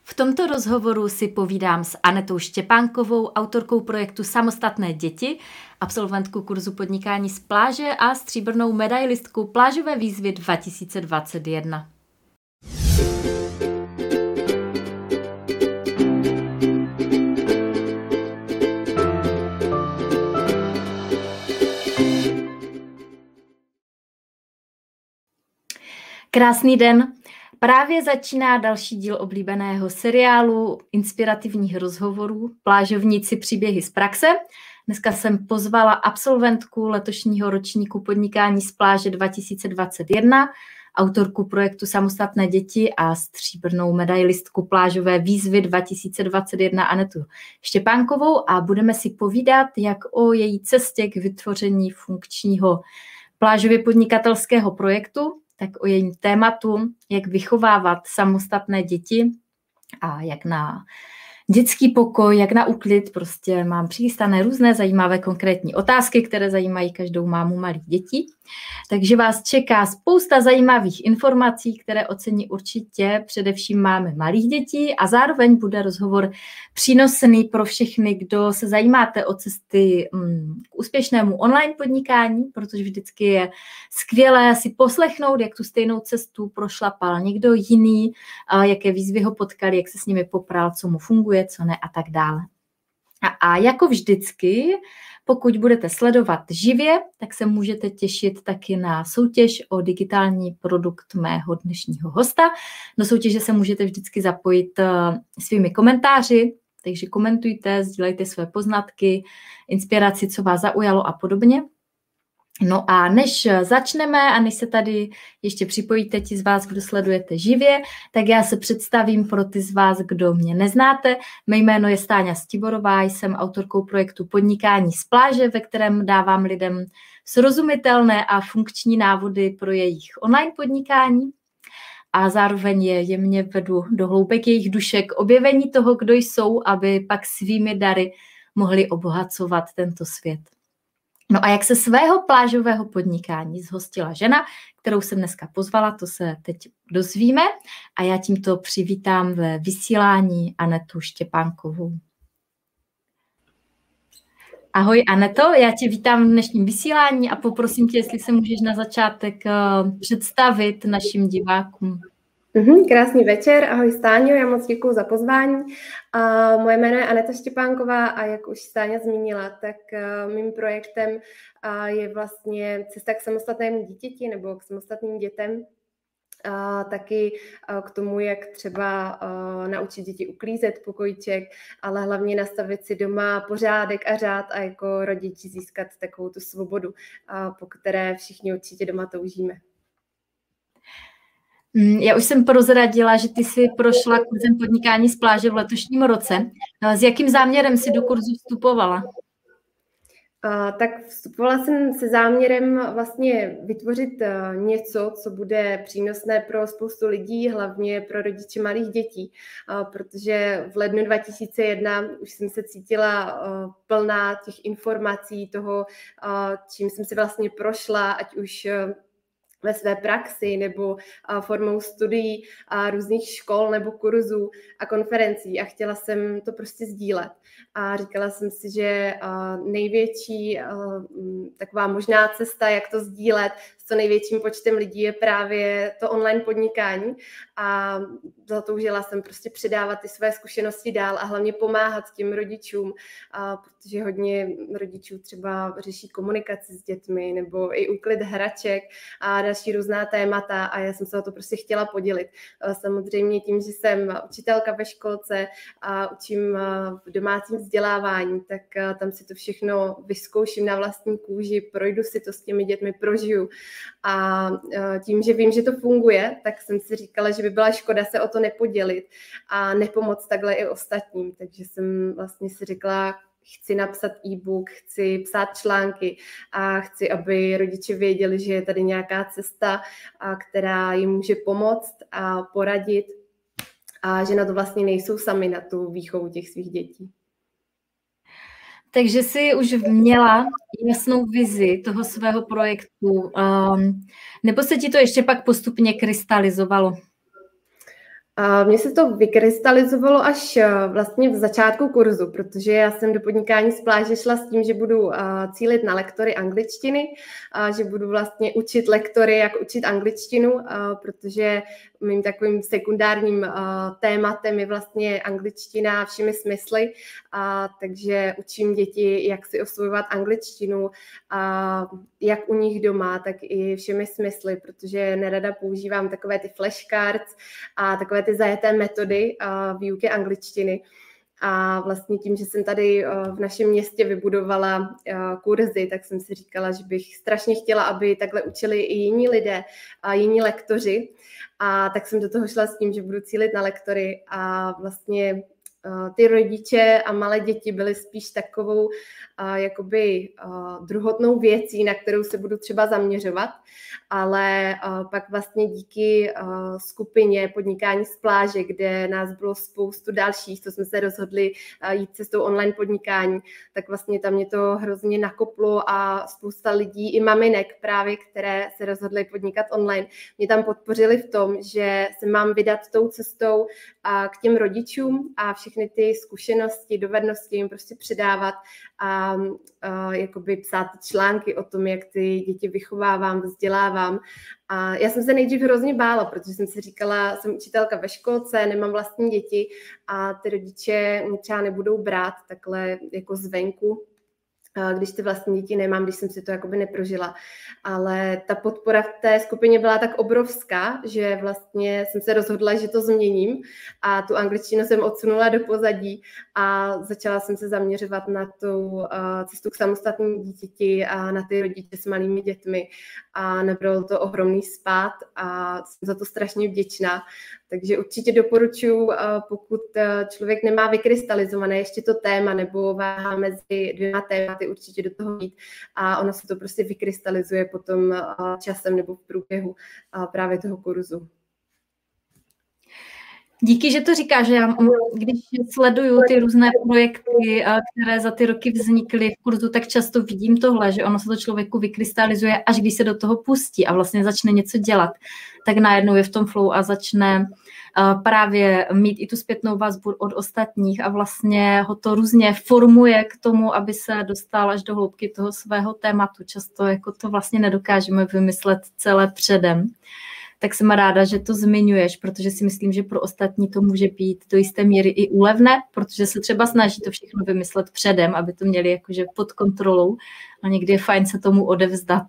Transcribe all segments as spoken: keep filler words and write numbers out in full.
V tomto rozhovoru si povídám s Anetou Štěpánkovou, autorkou projektu Samostatné děti, absolventku kurzu podnikání z pláže a stříbrnou medailistku plážové výzvy dva tisíce dvacet jedna. Krásný den. Právě začíná další díl oblíbeného seriálu inspirativních rozhovorů Plážovníci příběhy z praxe. Dneska jsem pozvala absolventku letošního ročníku podnikání z pláže dva tisíce dvacet jedna, autorku projektu Samostatné děti a stříbrnou medailistku plážové výzvy dva tisíce dvacet jedna Anetu Štěpánkovou a budeme si povídat jak o její cestě k vytvoření funkčního plážově podnikatelského projektu, tak o jejím tématu, jak vychovávat samostatné děti a jak na dětský pokoj, jak na úklid. Prostě mám přichystané různé zajímavé konkrétní otázky, které zajímají každou mámu malých dětí. Takže vás čeká spousta zajímavých informací, které ocení určitě především mámy malých dětí a zároveň bude rozhovor přínosný pro všechny, kdo se zajímáte o cesty k úspěšnému online podnikání, protože vždycky je skvělé si poslechnout, jak tu stejnou cestu prošlapal někdo jiný, jaké výzvy ho potkali, jak se s nimi popral, co mu funguje, co ne a tak dále. A, a jako vždycky, pokud budete sledovat živě, tak se můžete těšit taky na soutěž o digitální produkt mého dnešního hosta. Do soutěže se můžete vždycky zapojit svými komentáři, takže komentujte, sdílejte své poznatky, inspiraci, co vás zaujalo a podobně. No a než začneme a než se tady ještě připojíte ti z vás, kdo sledujete živě, tak já se představím pro ty z vás, kdo mě neznáte. Mé jméno je Stáňa Stiborová, jsem autorkou projektu Podnikání z pláže, ve kterém dávám lidem srozumitelné a funkční návody pro jejich online podnikání a zároveň je jemně vedu do hloubek jejich duše k objevení toho, kdo jsou, aby pak svými dary mohli obohacovat tento svět. No a jak se svého plážového podnikání zhostila žena, kterou jsem dneska pozvala, to se teď dozvíme a já tímto přivítám ve vysílání Anetu Štěpánkovou. Ahoj Aneto, já tě vítám v dnešním vysílání a poprosím tě, jestli se můžeš na začátek představit našim divákům. Uhum, krásný večer, ahoj Stáňo, já moc děkuju za pozvání. A moje jméno je Aneta Štěpánková a jak už Stáňa zmínila, tak uh, mým projektem uh, je vlastně cesta k samostatnému dítěti nebo k samostatným dětem. A taky k tomu, jak třeba uh, naučit děti uklízet pokojíček, ale hlavně nastavit si doma pořádek a řád a jako rodiči získat takovou tu svobodu, uh, po které všichni určitě doma toužíme. Já už jsem prozradila, že ty jsi prošla kurzem podnikání z pláže v letošním roce. S jakým záměrem jsi do kurzu vstupovala? Uh, tak vstupovala jsem se záměrem vlastně vytvořit uh, něco, co bude přínosné pro spoustu lidí, hlavně pro rodiče malých dětí, uh, protože v lednu dva tisíce jedna už jsem se cítila uh, plná těch informací toho, uh, čím jsem si vlastně prošla, ať už uh, ve své praxi nebo a, formou studií a různých škol nebo kurzů a konferencí a chtěla jsem to prostě sdílet. A říkala jsem si, že a, největší a, taková možná cesta, jak to sdílet s co největším počtem lidí je právě to online podnikání a zatoužila jsem prostě předávat ty své zkušenosti dál a hlavně pomáhat těm rodičům, a, protože hodně rodičů třeba řeší komunikaci s dětmi nebo i úklid hraček a další různá témata a já jsem se o to prostě chtěla podělit. Samozřejmě tím, že jsem učitelka ve školce a učím v domácím vzdělávání, tak tam si to všechno vyzkouším na vlastní kůži, projdu si to s těmi dětmi, prožiju. A tím, že vím, že to funguje, tak jsem si říkala, že by byla škoda se o to nepodělit a nepomoct takhle i ostatním. Takže jsem vlastně si řekla, chci napsat e-book, chci psát články a chci, aby rodiče věděli, že je tady nějaká cesta, která jim může pomoct a poradit a že na to vlastně nejsou sami, na tu výchovu těch svých dětí. Takže jsi už měla jasnou vizi toho svého projektu, um, nebo se ti to ještě pak postupně krystalizovalo? A mně se to vykrystalizovalo až vlastně v začátku kurzu, protože já jsem do podnikání z pláže šla s tím, že budu cílit na lektory angličtiny, že budu vlastně učit lektory, jak učit angličtinu, protože mým takovým sekundárním tématem je vlastně angličtina všemi smysly, takže učím děti, jak si osvojovat angličtinu, jak u nich doma, tak i všemi smysly, protože nerada používám takové ty flashcards a takové ty zajeté metody uh, výuky angličtiny. A vlastně tím, že jsem tady uh, v našem městě vybudovala uh, kurzy, tak jsem si říkala, že bych strašně chtěla, aby takhle učili i jiní lidé a jiní lektoři. A tak jsem do toho šla s tím, že budu cílit na lektory a vlastně ty rodiče a malé děti byly spíš takovou uh, jakoby uh, druhotnou věcí, na kterou se budu třeba zaměřovat, ale uh, pak vlastně díky uh, skupině Podnikání z pláže, kde nás bylo spoustu dalších, co jsme se rozhodli uh, jít cestou online podnikání, tak vlastně tam mě to hrozně nakoplo a spousta lidí, i maminek právě, které se rozhodly podnikat online, mě tam podpořili v tom, že se mám vydat tou cestou uh, k těm rodičům a všechny ty zkušenosti, dovednosti jim prostě předávat a, a jakoby psát články o tom, jak ty děti vychovávám, vzdělávám. A já jsem se nejdřív hrozně bála, protože jsem si říkala, jsem učitelka ve školce, nemám vlastní děti a ty rodiče mě třeba nebudou brát takhle jako zvenku, když ty vlastní děti nemám, když jsem si to jakoby neprožila. Ale ta podpora v té skupině byla tak obrovská, že vlastně jsem se rozhodla, že to změním a tu angličtinu jsem odsunula do pozadí a začala jsem se zaměřovat na tu cestu k samostatnému dítěti a na ty rodiče s malými dětmi a nebyl to ohromný spád a jsem za to strašně vděčná. Takže určitě doporučuji, pokud člověk nemá vykrystalizované ještě to téma nebo váhá mezi dvěma tématy, určitě do toho jít a ono se to prostě vykrystalizuje potom časem nebo v průběhu právě toho kurzu. Díky, že to říkáš, že já, když sleduju ty různé projekty, které za ty roky vznikly v kurzu, tak často vidím tohle, že ono se to člověku vykrystalizuje, až když se do toho pustí a vlastně začne něco dělat, tak najednou je v tom flow a začne právě mít i tu zpětnou vazbu od ostatních a vlastně ho to různě formuje k tomu, aby se dostal až do hloubky toho svého tématu. Často jako to vlastně nedokážeme vymyslet celé předem. Tak jsem ráda, že to zmiňuješ, protože si myslím, že pro ostatní to může být do jisté míry i úlevné, protože se třeba snaží to všechno vymyslet předem, aby to měli jakože pod kontrolou a někdy je fajn se tomu odevzdat.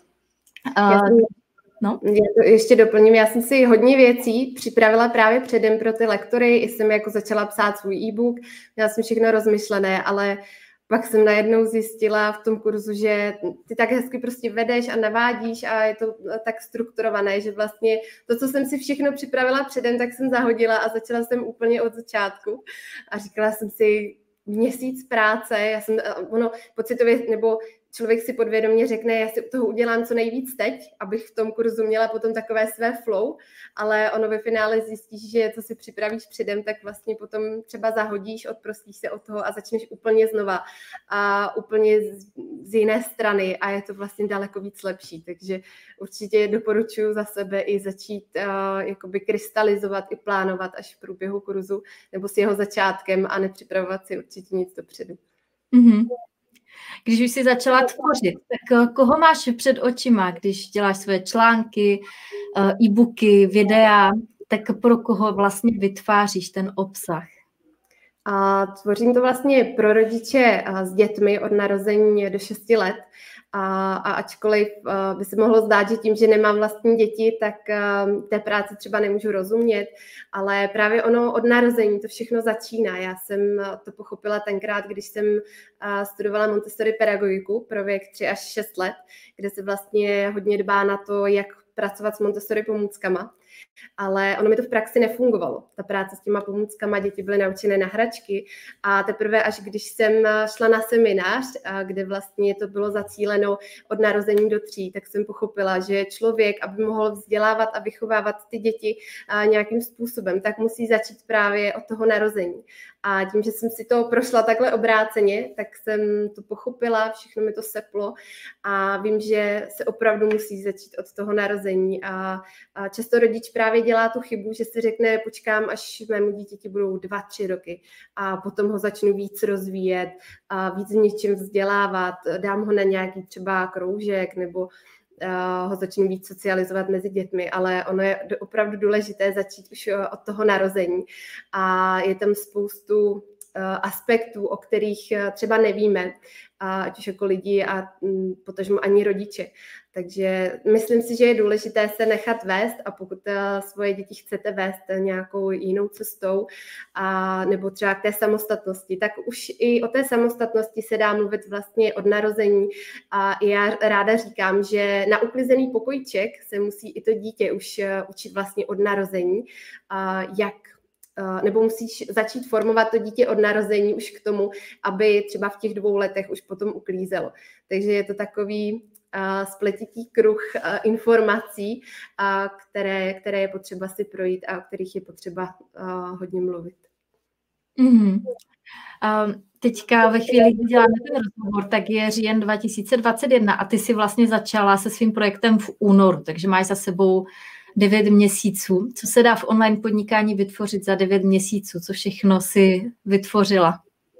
Uh, no? Já to ještě doplním, já jsem si hodně věcí připravila právě předem pro ty lektory, i jsem jako začala psát svůj e-book, měla jsem všechno rozmyšlené, ale pak jsem najednou zjistila v tom kurzu, že ty tak hezky prostě vedeš a navádíš a je to tak strukturované, že vlastně to, co jsem si všechno připravila předem, tak jsem zahodila a začala jsem úplně od začátku a říkala jsem si měsíc práce, já jsem, ono pocitově, nebo člověk si podvědomě řekne, já si toho udělám co nejvíc teď, abych v tom kurzu měla potom takové své flow, ale ono ve finále zjistíš, že co si připravíš předem, tak vlastně potom třeba zahodíš, odprostíš se od toho a začneš úplně znova a úplně z, z jiné strany a je to vlastně daleko víc lepší, takže určitě doporučuji za sebe i začít uh, jakoby krystalizovat i plánovat až v průběhu kurzu nebo s jeho začátkem a nepřipravovat si určitě nic dopředu. Mm-hmm. Když už jsi začala tvořit, tak koho máš před očima, když děláš své články, e-booky, videa, tak pro koho vlastně vytváříš ten obsah? A tvořím to vlastně pro rodiče s dětmi od narození do šesti let. A, a ačkoliv uh, by se mohlo zdát, že tím, že nemám vlastní děti, tak uh, té práci třeba nemůžu rozumět, ale právě ono od narození to všechno začíná. Já jsem to pochopila tenkrát, když jsem uh, studovala Montessori pedagogiku pro věk tři až šest let, kde se vlastně hodně dbá na to, jak pracovat s Montessori pomůckama. Ale ono mi to v praxi nefungovalo. Ta práce s těma pomůckama, děti byly naučené na hračky a teprve až když jsem šla na seminář, kde vlastně to bylo zacíleno od narození do tří, tak jsem pochopila, že člověk, aby mohl vzdělávat a vychovávat ty děti nějakým způsobem, tak musí začít právě od toho narození. A tím, že jsem si to prošla takhle obráceně, tak jsem to pochopila, všechno mi to seplo a vím, že se opravdu musí začít od toho narození. A, a často rodič právě dělá tu chybu, že si řekne, počkám, až mému dítěti budou dva, tři roky a potom ho začnu víc rozvíjet a víc v něčem vzdělávat, dám ho na nějaký třeba kroužek nebo Uh, ho začnu víc socializovat mezi dětmi, ale ono je opravdu důležité začít už od toho narození a je tam spoustu uh, aspektů, o kterých třeba nevíme, ať už jako lidi a um, potažmo ani rodiče. Takže myslím si, že je důležité se nechat vést a pokud uh, svoje děti chcete vést nějakou jinou cestou a nebo třeba k té samostatnosti, tak už i o té samostatnosti se dá mluvit vlastně od narození a já ráda říkám, že na uklizený pokojíček se musí i to dítě už uh, učit vlastně od narození, uh, jak nebo musíš začít formovat to dítě od narození už k tomu, aby třeba v těch dvou letech už potom uklízelo. Takže je to takový uh, spletitý kruh uh, informací, uh, které, které je potřeba si projít a o kterých je potřeba uh, hodně mluvit. Mm-hmm. Um, teďka ve chvíli, kdy děláme ten rozhovor, tak je říjen dva tisíce dvacet jedna a ty si vlastně začala se svým projektem v únoru, takže máš za sebou devět měsíců. Co se dá v online podnikání vytvořit za devět měsíců? Co všechno si vytvořila?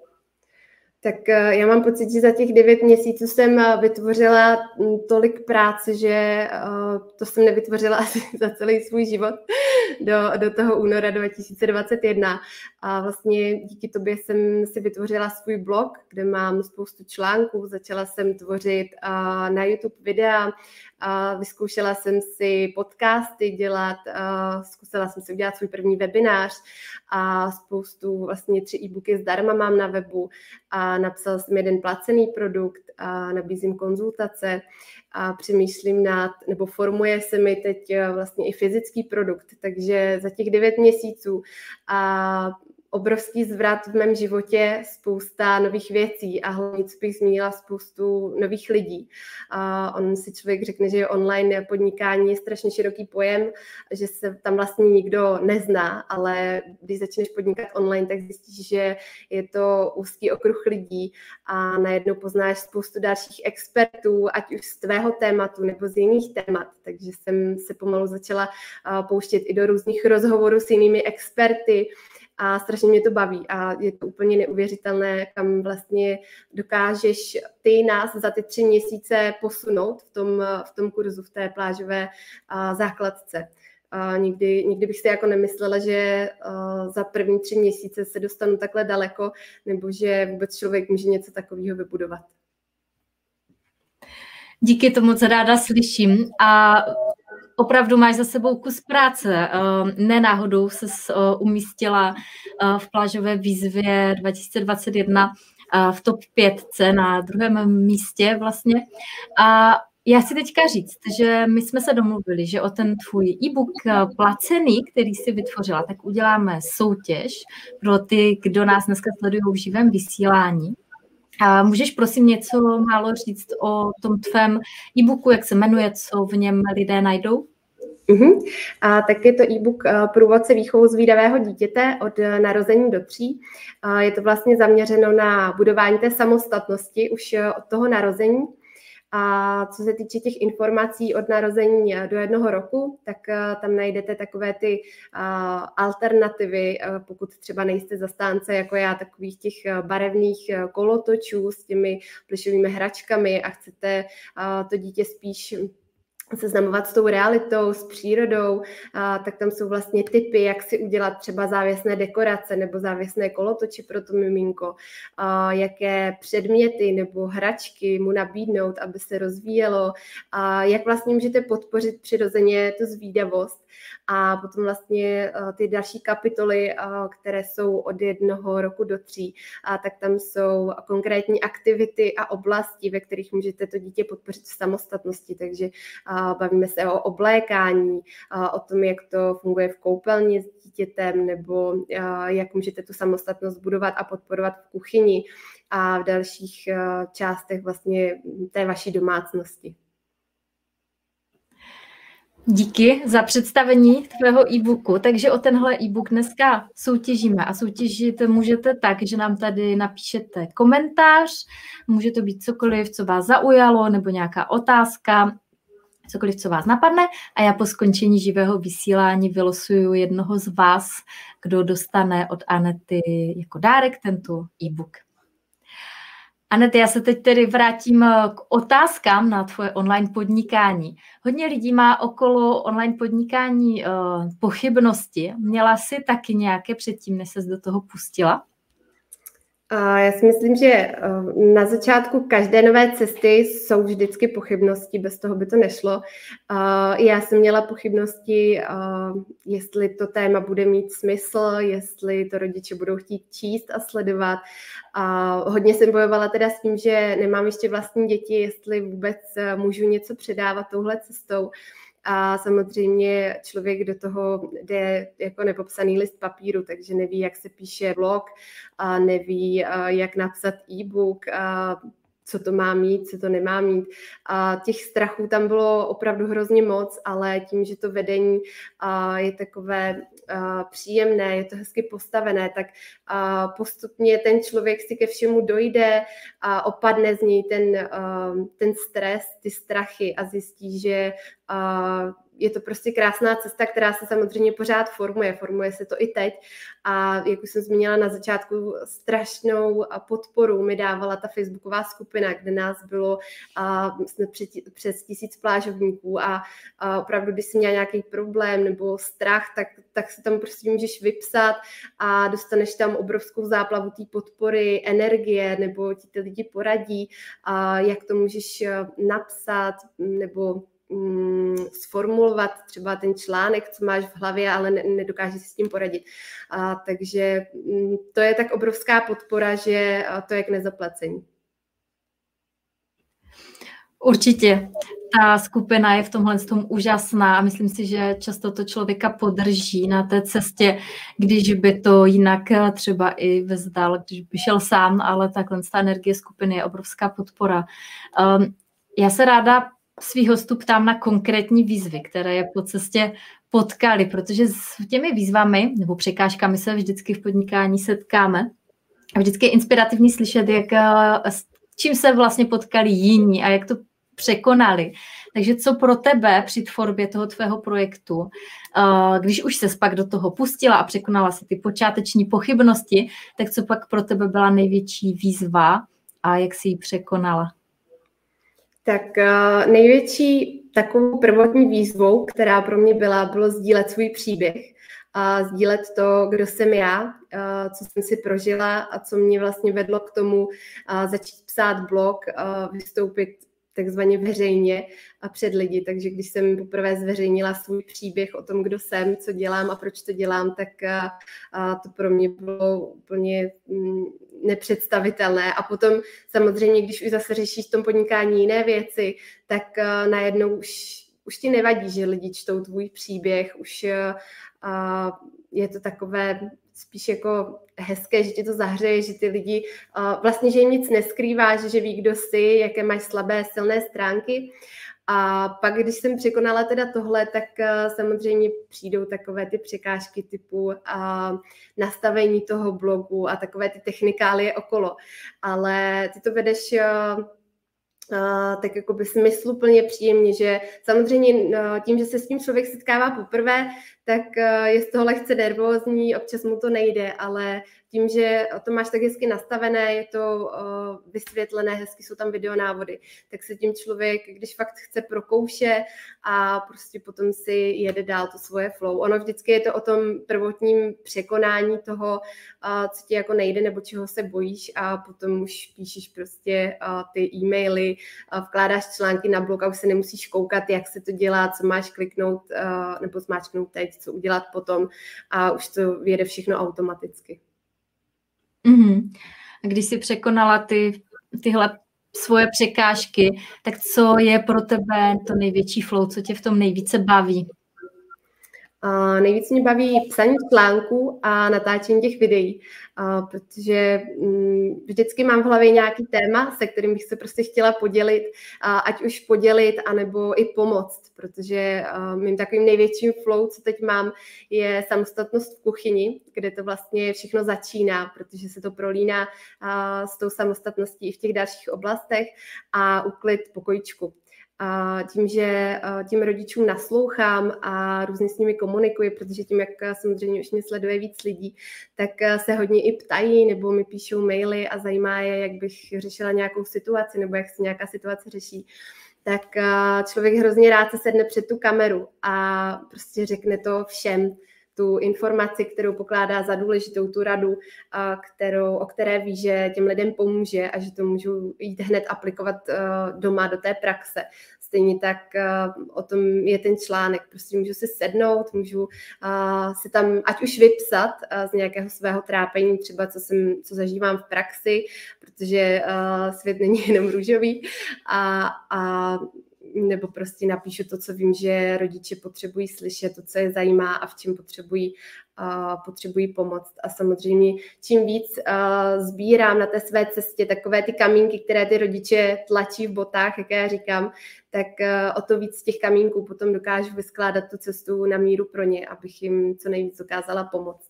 Tak já mám pocit, že za těch devět měsíců jsem vytvořila tolik práce, že to jsem nevytvořila asi za celý svůj život do, do toho února dva tisíce dvacet jedna. A vlastně díky tobě jsem si vytvořila svůj blog, kde mám spoustu článků. Začala jsem tvořit na YouTube videa, vyzkoušela jsem si podcasty dělat, zkusila jsem si udělat svůj první webinář a spoustu vlastně tři e-booky zdarma mám na webu a napsala jsem jeden placený produkt a nabízím konzultace a přemýšlím nad, nebo formuje se mi teď vlastně i fyzický produkt, takže za těch devět měsíců a obrovský zvrat v mém životě, spousta nových věcí a hlavně, co bych zmínila, spoustu nových lidí. A on si člověk řekne, že online podnikání je strašně široký pojem, že se tam vlastně nikdo nezná, ale když začneš podnikat online, tak zjistíš, že je to úzký okruh lidí a najednou poznáš spoustu dalších expertů, ať už z tvého tématu nebo z jiných témat. Takže jsem se pomalu začala pouštět i do různých rozhovorů s jinými experty, a strašně mě to baví a je to úplně neuvěřitelné, kam vlastně dokážeš ty nás za ty tři měsíce posunout v tom, v tom kurzu, v té plážové a, základce. A nikdy, nikdy bych si jako nemyslela, že a, za první tři měsíce se dostanu takhle daleko, nebo že vůbec člověk může něco takového vybudovat. Díky, to moc ráda slyším a opravdu máš za sebou kus práce. Ne náhodou ses umístila v plážové výzvě dva tisíce dvacet jedna v top pětce na druhém místě vlastně. A já chci teďka říct, že my jsme se domluvili, že o ten tvůj e-book placený, který jsi vytvořila, tak uděláme soutěž pro ty, kdo nás dneska sledují v živém vysílání. A můžeš prosím něco málo říct o tom tvém e-booku, jak se jmenuje, co v něm lidé najdou? Uh-huh. A tak je to e-book Průvodce výchovou zvídavého dítěte od narození do tří. A je to vlastně zaměřeno na budování té samostatnosti už od toho narození. A co se týče těch informací od narození do jednoho roku, tak tam najdete takové ty alternativy, pokud třeba nejste zastánce jako já, takových těch barevných kolotočů s těmi plyšovými hračkami a chcete to dítě spíš seznamovat s tou realitou, s přírodou, a tak tam jsou vlastně tipy, jak si udělat třeba závěsné dekorace nebo závěsné kolotoče pro to miminko, a jaké předměty nebo hračky mu nabídnout, aby se rozvíjelo, a jak vlastně můžete podpořit přirozeně tu zvídavost. A potom vlastně ty další kapitoly, které jsou od jednoho roku do tří, a tak tam jsou konkrétní aktivity a oblasti, ve kterých můžete to dítě podpořit v samostatnosti. Takže bavíme se o oblékání, o tom, jak to funguje v koupelně s dítětem, nebo jak můžete tu samostatnost budovat a podporovat v kuchyni a v dalších částech vlastně té vaší domácnosti. Díky za představení tvého e-booku. Takže o tenhle e-book dneska soutěžíme a soutěžit můžete tak, že nám tady napíšete komentář, může to být cokoliv, co vás zaujalo, nebo nějaká otázka. cokoliv, co vás napadne, a já po skončení živého vysílání vylosuju jednoho z vás, kdo dostane od Anety jako dárek tento e-book. Anet, já se teď tedy vrátím k otázkám na tvoje online podnikání. Hodně lidí má okolo online podnikání uh, pochybnosti. Měla jsi taky nějaké předtím, než ses do toho pustila? Já si myslím, že na začátku každé nové cesty jsou vždycky pochybnosti, bez toho by to nešlo. Já jsem měla pochybnosti, jestli to téma bude mít smysl, jestli to rodiče budou chtít číst a sledovat. A hodně jsem bojovala teda s tím, že nemám ještě vlastní děti, jestli vůbec můžu něco předávat touhle cestou. A samozřejmě člověk do toho jde jako nepopsaný list papíru, takže neví, jak se píše blog, a neví, jak napsat e-book, a co to má mít, co to nemá mít. A těch strachů tam bylo opravdu hrozně moc, ale tím, že to vedení je takové příjemné, je to hezky postavené, tak postupně ten člověk si ke všemu dojde a opadne z něj ten, ten stres, ty strachy a zjistí, že je to prostě krásná cesta, která se samozřejmě pořád formuje. Formuje se to i teď. A jak už jsem zmínila na začátku, strašnou podporu mi dávala ta facebooková skupina, kde nás bylo a jsme před, přes tisíc plážovníků a, a opravdu, když jsi měla nějaký problém nebo strach, tak, tak se tam prostě můžeš vypsat a dostaneš tam obrovskou záplavu té podpory, energie, nebo ti ty lidi poradí, a jak to můžeš napsat, nebo sformulovat třeba ten článek, co máš v hlavě, ale ne, nedokážeš si s tím poradit. A, takže to je tak obrovská podpora, že to je k nezaplacení. Určitě. Ta skupina je v tomhle tom úžasná a myslím si, že často to člověka podrží na té cestě, když by to jinak třeba i vzdal, když by šel sám, ale takhle ta energie skupiny je obrovská podpora. Um, já se ráda svých hostů ptám na konkrétní výzvy, které je po cestě potkali, protože s těmi výzvami nebo překážkami se vždycky v podnikání setkáme. A vždycky je inspirativní slyšet, jak, s čím se vlastně potkali jiní a jak to překonali. Takže co pro tebe při tvorbě toho tvého projektu, když už ses pak do toho pustila a překonala si ty počáteční pochybnosti, tak co pak pro tebe byla největší výzva a jak jsi ji překonala? Tak uh, největší takovou prvotní výzvou, která pro mě byla, bylo sdílet svůj příběh a sdílet to, kdo jsem já, uh, co jsem si prožila a co mě vlastně vedlo k tomu uh, začít psát blog, uh, vystoupit takzvaně veřejně a před lidi. Takže když jsem poprvé zveřejnila svůj příběh o tom, kdo jsem, co dělám a proč to dělám, tak a, a to pro mě bylo úplně m, nepředstavitelné. A potom samozřejmě, když už zase řešíš v tom podnikání jiné věci, tak a, najednou už, už ti nevadí, že lidi čtou tvůj příběh, už a, je to takové spíš jako hezké, že ti to zahřeje, že ty lidi uh, vlastně, že jim nic neskrývá, že, že ví, kdo jsi, jaké máš slabé, silné stránky. A pak, když jsem překonala teda tohle, tak uh, samozřejmě přijdou takové ty překážky typu uh, nastavení toho blogu a takové ty technikálie okolo. Ale ty to vedeš uh, Uh, tak jakoby smysluplně příjemně, že samozřejmě uh, tím, že se s tím člověk setkává poprvé, tak uh, je z toho lehce nervózní, občas mu to nejde, ale tím, že to máš tak hezky nastavené, je to uh, vysvětlené, hezky jsou tam videonávody, tak se tím člověk, když fakt chce, prokouše a prostě potom si jede dál to svoje flow. Ono vždycky je to o tom prvotním překonání toho, uh, co ti jako nejde nebo čeho se bojíš a potom už píšeš prostě uh, ty e-maily, uh, vkládáš články na blog a už se nemusíš koukat, jak se to dělá, co máš kliknout uh, nebo zmáčknout teď, co udělat potom a už to jede všechno automaticky. Mm-hmm. A když jsi překonala ty, tyhle svoje překážky, tak co je pro tebe to největší flow, co tě v tom nejvíce baví? Uh, nejvíc mě baví psaní článků a natáčení těch videí, uh, protože um, vždycky mám v hlavě nějaký téma, se kterým bych se prostě chtěla podělit, uh, ať už podělit, anebo i pomoct, protože uh, mým takovým největším flow, co teď mám, je samostatnost v kuchyni, kde to vlastně všechno začíná, protože se to prolíná uh, s tou samostatností i v těch dalších oblastech a uklid pokojíčku. A tím, že tím rodičům naslouchám a různě s nimi komunikuji, protože tím, jak samozřejmě už mě sleduje víc lidí, tak se hodně i ptají nebo mi píšou maily a zajímá je, jak bych řešila nějakou situaci nebo jak se nějaká situace řeší, tak člověk hrozně rád se sedne před tu kameru a prostě řekne to všem, tu informaci, kterou pokládá za důležitou, tu radu, kterou, o které ví, že těm lidem pomůže a že to můžou jít hned aplikovat doma do té praxe. Stejně tak o tom je ten článek. Prostě můžu si sednout, můžu si tam ať už vypsat z nějakého svého trápení, třeba co, jsem, co zažívám v praxi, protože svět není jenom růžový, a, a nebo prostě napíšu to, co vím, že rodiče potřebují slyšet, to, co je zajímá a v čem potřebují, uh, potřebují pomoct. A samozřejmě čím víc uh, sbírám na té své cestě takové ty kamínky, které ty rodiče tlačí v botách, jak já říkám, tak uh, o to víc z těch kamínků potom dokážu vyskládat tu cestu na míru pro ně, abych jim co nejvíc dokázala pomoct.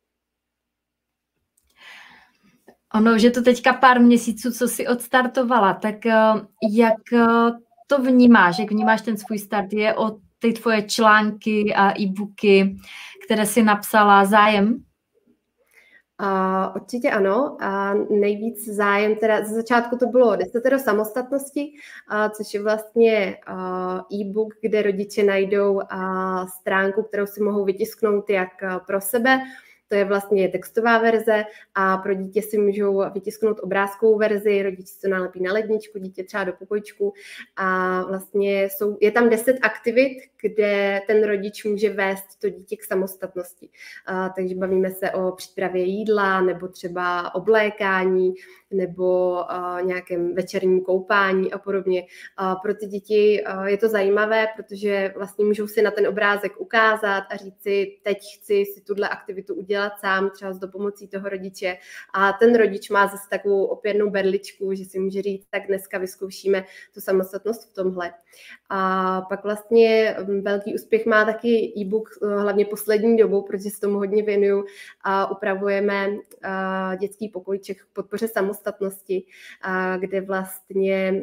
Ono, že to teďka pár měsíců, co jsi odstartovala, tak uh, jak uh, to vnímáš, jak vnímáš ten svůj start? Je o ty tvoje články a e-booky, které jsi napsala, zájem? Uh, určitě ano. A nejvíc zájem, teda ze začátku to bylo desatero samostatnosti, uh, což je vlastně uh, e-book, kde rodiče najdou uh, stránku, kterou si mohou vytisknout jak uh, pro sebe. To je vlastně textová verze a pro dítě si můžou vytisknout obrázkovou verzi, rodiče to nalepí na ledničku, dítě třeba do pokojíčku a vlastně jsou, je tam deset aktivit, kde ten rodič může vést to dítě k samostatnosti. A, takže bavíme se o přípravě jídla nebo třeba oblékání nebo a, nějakém večerním koupání a podobně. A pro ty děti a, je to zajímavé, protože vlastně můžou si na ten obrázek ukázat a říct si, teď chci si tuhle aktivitu udělat sám, třeba s dopomocí toho rodiče. A ten rodič má zase takovou opěrnou berličku, že si může říct, tak dneska vyzkoušíme tu samostatnost v tomhle. A pak vlastně velký úspěch má taky e-book, hlavně poslední dobou, protože se tomu hodně věnuju a upravujeme dětský pokojček k podpoře samostatnosti, kde vlastně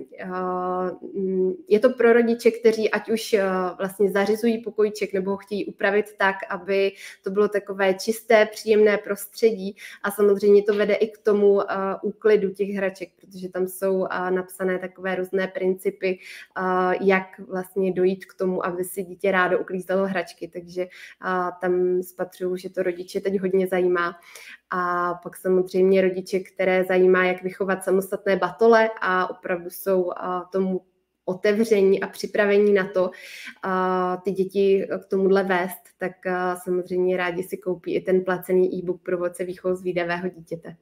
je to pro rodiče, kteří ať už vlastně zařizují pokojček nebo ho chtějí upravit tak, aby to bylo takové čisté, příjemné prostředí a samozřejmě to vede i k tomu úklidu těch hraček, protože tam jsou napsané takové různé principy, jak vlastně dojít k tomu, aby si dítě rádo uklízelo hračky, takže a, tam spatřuju, že to rodiče teď hodně zajímá. A pak samozřejmě rodiče, které zajímá, jak vychovat samostatné batole a opravdu jsou a, tomu otevření a připravení na to a, ty děti k tomuhle vést, tak a, samozřejmě rádi si koupí i ten placený e-book Průvodce výchovou zvídavého dítěte.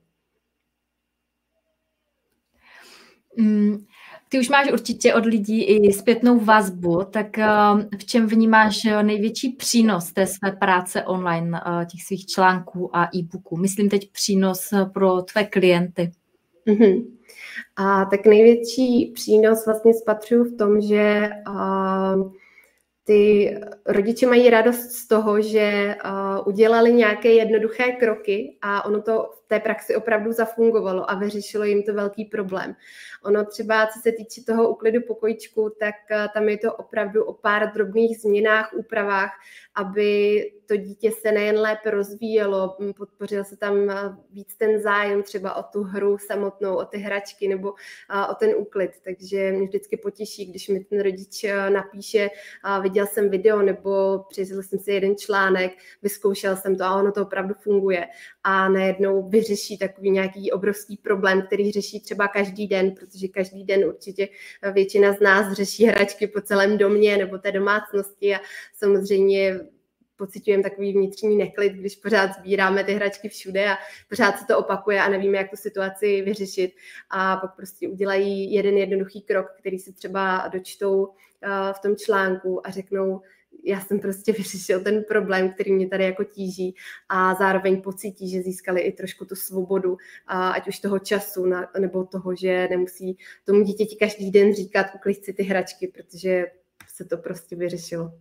Mm. Ty už máš určitě od lidí i zpětnou vazbu, tak v čem vnímáš největší přínos té své práce online, těch svých článků a e-booků? Myslím teď přínos pro tvé klienty. Mm-hmm. A tak největší přínos vlastně spatřuju v tom, že uh, ty rodiče mají radost z toho, že uh, udělali nějaké jednoduché kroky a ono to v té praxi opravdu zafungovalo a vyřešilo jim to velký problém. Ono třeba, co se týče toho úklidu pokojíčku, tak uh, tam je to opravdu o pár drobných změnách, úpravách, aby to dítě se nejen lépe rozvíjelo, podpořil se tam víc ten zájem třeba o tu hru samotnou, o ty hračky nebo o ten úklid. Takže mě vždycky potěší, když mi ten rodič napíše, viděl jsem video nebo přečetl jsem si jeden článek, vyzkoušel jsem to a ono to opravdu funguje. A najednou vyřeší takový nějaký obrovský problém, který řeší třeba každý den, protože každý den určitě většina z nás řeší hračky po celém domě nebo té domácnosti a samozřejmě pociťujeme takový vnitřní neklid, když pořád sbíráme ty hračky všude a pořád se to opakuje a nevíme, jak tu situaci vyřešit. A pak prostě udělají jeden jednoduchý krok, který si třeba dočtou v tom článku a řeknou, já jsem prostě vyřešil ten problém, který mě tady jako tíží a zároveň pocítí, že získali i trošku tu svobodu, ať už toho času nebo toho, že nemusí tomu dítěti každý den říkat, uklid si ty hračky, protože se to prostě vyřešilo.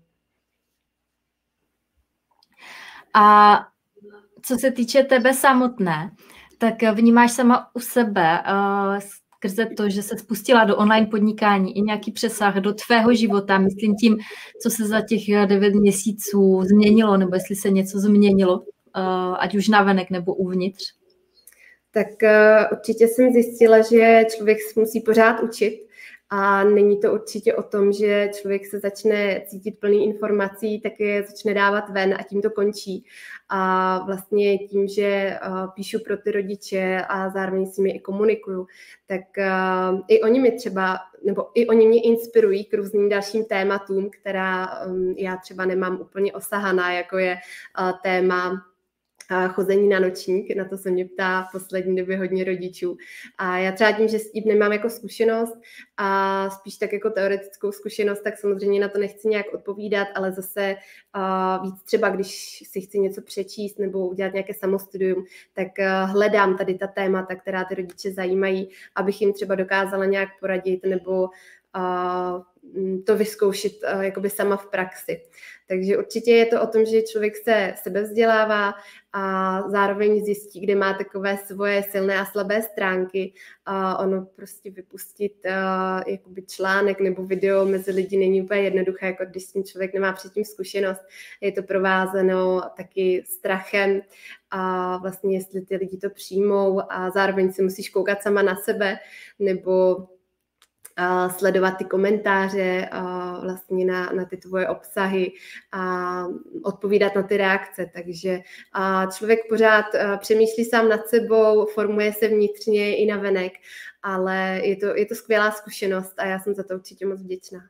A co se týče tebe samotné, tak vnímáš sama u sebe, skrze to, že se spustila do online podnikání i nějaký přesah do tvého života, myslím tím, co se za těch devět měsíců změnilo, nebo jestli se něco změnilo, ať už navenek nebo uvnitř? Tak určitě jsem zjistila, že člověk se musí pořád učit. A není to určitě o tom, že člověk se začne cítit plný informací, tak je začne dávat ven a tím to končí. A vlastně tím, že píšu pro ty rodiče a zároveň s nimi i komunikuju, tak i oni mi třeba, nebo i oni mě inspirují k různým dalším tématům, která já třeba nemám úplně osahaná, jako je téma chození na nočník, na to se mě ptá v poslední době hodně rodičů. A já třeba tím, že s tím nemám jako zkušenost a spíš tak jako teoretickou zkušenost, tak samozřejmě na to nechci nějak odpovídat, ale zase uh, víc třeba, když si chci něco přečíst nebo udělat nějaké samostudium, tak uh, hledám tady ta témata, která ty rodiče zajímají, abych jim třeba dokázala nějak poradit nebo uh, to vyzkoušet uh, jakoby sama v praxi. Takže určitě je to o tom, že člověk se sebevzdělává a zároveň zjistí, kde má takové svoje silné a slabé stránky. A ono prostě vypustit uh, jakoby článek nebo video mezi lidi není úplně jednoduché, jako když s tím člověk nemá předtím zkušenost. Je to provázeno taky strachem a vlastně jestli ty lidi to přijmou a zároveň si musíš koukat sama na sebe nebo a sledovat ty komentáře a vlastně na, na ty tvoje obsahy a odpovídat na ty reakce. Takže a člověk pořád přemýšlí sám nad sebou, formuje se vnitřně i navenek, ale je to, je to skvělá zkušenost a já jsem za to určitě moc vděčná.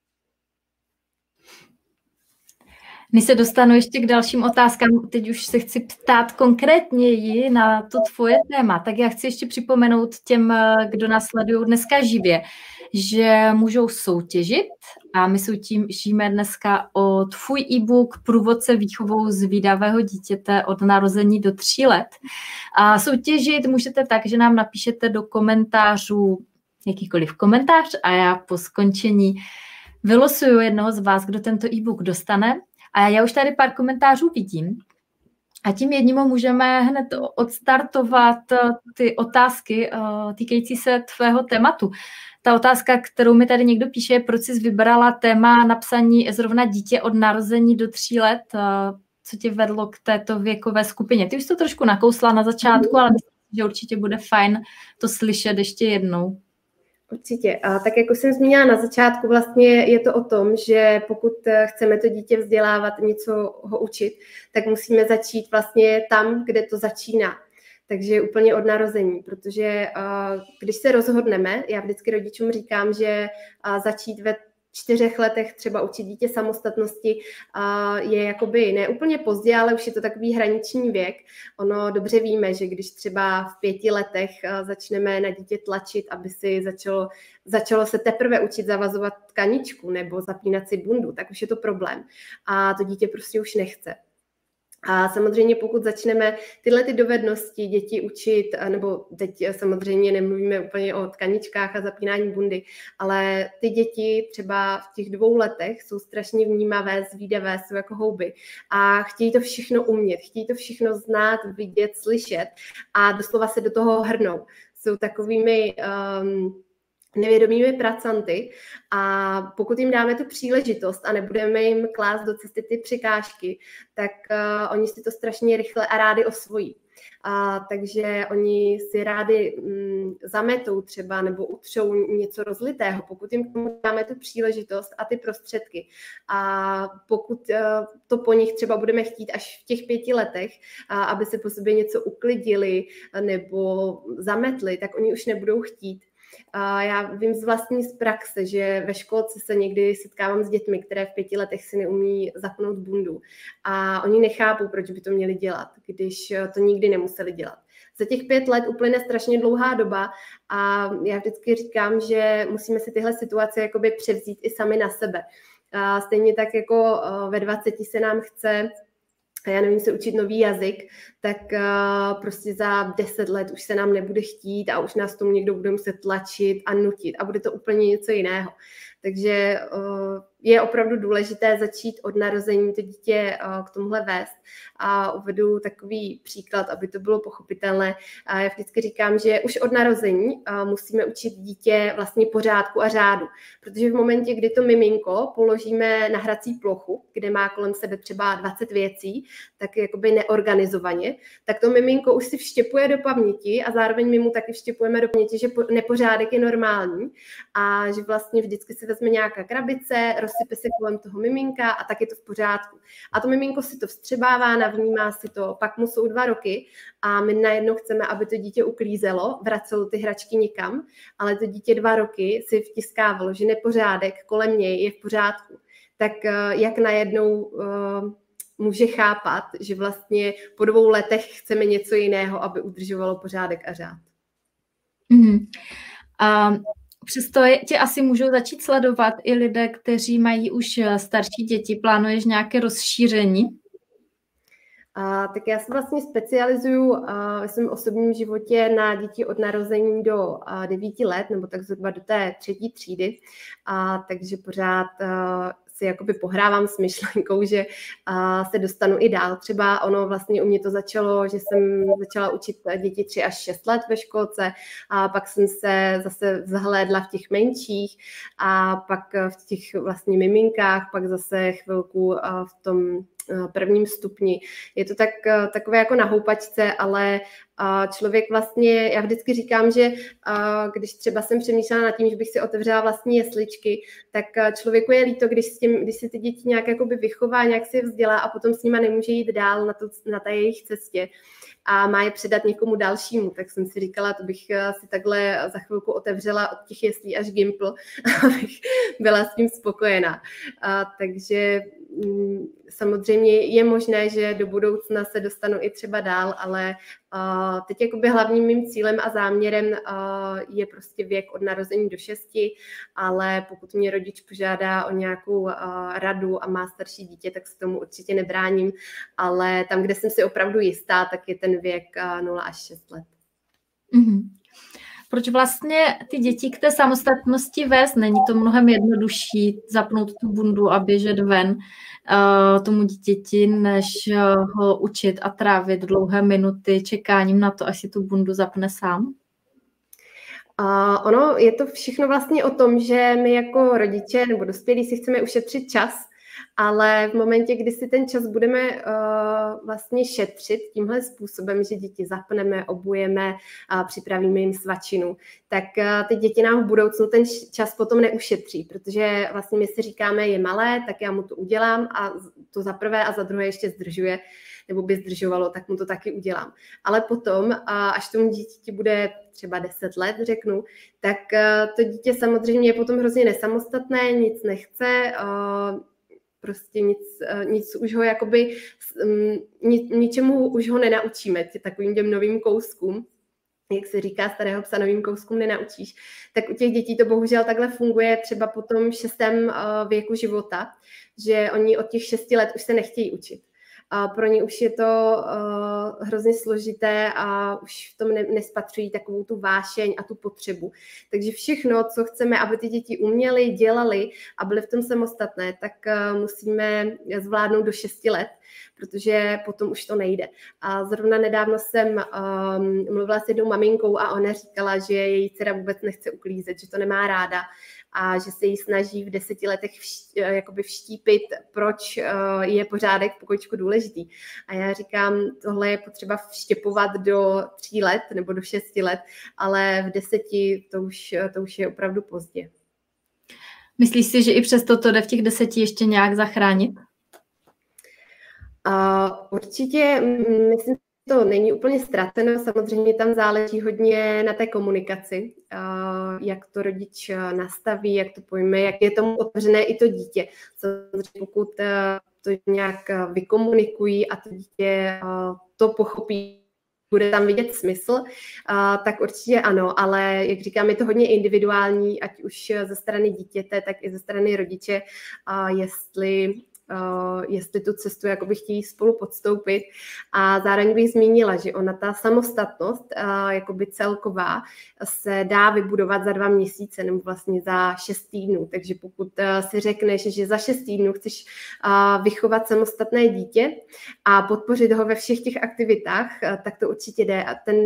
Než se dostanu ještě k dalším otázkám, teď už se chci ptát konkrétněji na to tvoje téma, tak já chci ještě připomenout těm, kdo nás sledují dneska živě, že můžou soutěžit a my soutěžíme dneska o tvůj e-book Průvodce výchovou zvídavého dítěte od narození do tří let. A soutěžit můžete tak, že nám napíšete do komentářů jakýkoliv komentář a já po skončení vylosuju jednoho z vás, kdo tento e-book dostane. A já už tady pár komentářů vidím a tím jedním můžeme hned odstartovat ty otázky týkající se tvého tématu. Ta otázka, kterou mi tady někdo píše, je, proč jsi vybrala téma napsaní zrovna dítě od narození do tří let, co tě vedlo k této věkové skupině. Ty už to trošku nakousla na začátku, ale myslím, že určitě bude fajn to slyšet ještě jednou. Určitě. A tak jako jsem zmínila na začátku, vlastně je to o tom, že pokud chceme to dítě vzdělávat, něco ho učit, tak musíme začít vlastně tam, kde to začíná. Takže úplně od narození, protože když se rozhodneme, já vždycky rodičům říkám, že začít ve čtyřech letech třeba učit dítě samostatnosti je jakoby ne úplně pozdě, ale už je to takový hraniční věk. Ono dobře víme, že když třeba v pěti letech začneme na dítě tlačit, aby si začalo, začalo se teprve učit zavazovat tkaničku nebo zapínat si bundu, tak už je to problém. A to dítě prostě už nechce. A samozřejmě pokud začneme tyhle ty dovednosti děti učit, nebo teď samozřejmě nemluvíme úplně o tkaničkách a zapínání bundy, ale ty děti třeba v těch dvou letech jsou strašně vnímavé, zvídavé, jsou jako houby a chtějí to všechno umět, chtějí to všechno znát, vidět, slyšet a doslova se do toho hrnou. Jsou takovými um, nevědomými pracanty a pokud jim dáme tu příležitost a nebudeme jim klást do cesty ty překážky, tak uh, oni si to strašně rychle a rádi osvojí. A, takže oni si rádi mm, zametou třeba nebo utřou něco rozlitého, pokud jim k tomu dáme tu příležitost a ty prostředky. A pokud uh, to po nich třeba budeme chtít až v těch pěti letech, a, aby se po sobě něco uklidili nebo zametli, tak oni už nebudou chtít. A já vím z vlastní z praxe, že ve školce se někdy setkávám s dětmi, které v pěti letech si neumí zapnout bundu. A oni nechápou, proč by to měli dělat, když to nikdy nemuseli dělat. Za těch pět let uplyne strašně dlouhá doba a já vždycky říkám, že musíme si tyhle situace jakoby převzít i sami na sebe. A stejně tak jako ve dvaceti se nám chce a já nevím, se učit nový jazyk, tak uh, prostě za deset let už se nám nebude chtít a už nás tomu někdo bude muset tlačit a nutit a bude to úplně něco jiného. Takže je opravdu důležité začít od narození to dítě k tomuhle vést. A uvedu takový příklad, aby to bylo pochopitelné. A já vždycky říkám, že už od narození musíme učit dítě vlastně pořádku a řádu, protože v momentě, kdy to miminko položíme na hrací plochu, kde má kolem sebe třeba dvacet věcí, tak jakoby neorganizovaně, tak to miminko už si vštěpuje do paměti a zároveň my mu taky vštěpujeme do paměti, že nepořádek je normální a že vlastně vždycky si vezme nějaká krabice, rozsype se kolem toho miminka a tak je to v pořádku. A to miminko si to vstřebává, navnímá si to, pak mu jsou dva roky a my najednou chceme, aby to dítě uklízelo, vracelo ty hračky nikam, ale to dítě dva roky si vtiskávalo, že nepořádek kolem něj je v pořádku. Tak jak najednou uh, může chápat, že vlastně po dvou letech chceme něco jiného, aby udržovalo pořádek a řád. Mm-hmm. Um... Přesto tě asi můžou začít sledovat i lidé, kteří mají už starší děti. Plánuješ nějaké rozšíření? A, tak já se vlastně specializuju a, ve svém osobním životě na děti od narození do a, devíti let, nebo tak zhruba do té třetí třídy. A, takže pořád a, si jakoby pohrávám s myšlenkou, že a, se dostanu i dál. Třeba ono vlastně u mě to začalo, že jsem začala učit děti tři až šest let ve školce a pak jsem se zase zahlédla v těch menších a pak v těch vlastně miminkách, pak zase chvilku v tom prvním stupni. Je to tak, takové jako na houpačce, ale člověk vlastně, já vždycky říkám, že když třeba jsem přemýšlela nad tím, že bych si otevřela vlastní jesličky, tak člověku je líto, když, s tím, když si ty děti nějak jakoby vychová, nějak si je vzdělá a potom s nima nemůže jít dál na, to, na té jejich cestě a má je předat někomu dalšímu, tak jsem si říkala, to bych si takhle za chvilku otevřela od těch jeslí až Gimpl, abych byla s tím spokojená. A, takže m, samozřejmě je možné, že do budoucna se dostanu i třeba dál, ale a, teď jakoby hlavním mým cílem a záměrem a, je prostě věk od narození do šesti, ale pokud mě rodič požádá o nějakou a, radu a má starší dítě, tak se tomu určitě nebráním, ale tam, kde jsem si opravdu jistá, tak je ten věk nula až šest let. Mm-hmm. Proč vlastně ty děti k té samostatnosti vést? Není to mnohem jednodušší zapnout tu bundu a běžet ven uh, tomu dítěti, než uh, ho učit a trávit dlouhé minuty čekáním na to, až si tu bundu zapne sám? Uh, ono je to všechno vlastně o tom, že my jako rodiče nebo dospělí si chceme ušetřit čas, ale v momentě, kdy si ten čas budeme uh, vlastně šetřit tímhle způsobem, že děti zapneme, obujeme a připravíme jim svačinu, tak uh, ty děti nám v budoucnu ten čas potom neušetří, protože vlastně my si říkáme, je malé, tak já mu to udělám a to za prvé a za druhé ještě zdržuje, nebo by zdržovalo, tak mu to taky udělám. Ale potom, uh, až tomu dítěti bude třeba deset let, řeknu, tak uh, to dítě samozřejmě je potom hrozně nesamostatné, nic nechce, uh, prostě nic, nic už ho jakoby, ni, ničemu už ho nenaučíme, tě takovým těm novým kouskům, jak se říká, starého psa novým kouskům nenaučíš, tak u těch dětí to bohužel takhle funguje třeba po tom šestém věku života, že oni od těch šesti let už se nechtějí učit. A pro ně už je to uh, hrozně složité a už v tom ne, nespatřují takovou tu vášeň a tu potřebu. Takže všechno, co chceme, aby ty děti uměly, dělali a byly v tom samostatné, tak uh, musíme zvládnout do šesti let, protože potom už to nejde. A zrovna nedávno jsem um, mluvila s jednou maminkou a ona říkala, že její dcera vůbec nechce uklízet, že to nemá ráda a že se jí snaží v deseti letech vš, jakoby vštípit, proč uh, je pořádek v pokojičku důležitý. A já říkám, tohle je potřeba vštěpovat do tří let nebo do šesti let, ale v deseti to už, to už je opravdu pozdě. Myslíš si, že i přesto to jde v těch deseti ještě nějak zachránit? Uh, určitě, myslím, to není úplně ztraceno, samozřejmě tam záleží hodně na té komunikaci, jak to rodič nastaví, jak to pojme, jak je tomu otevřené i to dítě. Samozřejmě pokud to nějak vykomunikují a to dítě to pochopí, bude tam vidět smysl, tak určitě ano, ale jak říkám, je to hodně individuální, ať už ze strany dítěte, tak i ze strany rodiče, jestli jestli tu cestu jakoby chtějí spolu podstoupit. A zároveň bych zmínila, že ona ta samostatnost jakoby celková se dá vybudovat za dva měsíce nebo vlastně za šest týdnů. Takže pokud si řekneš, že za šest týdnů chceš vychovat samostatné dítě a podpořit ho ve všech těch aktivitách, tak to určitě jde. A ten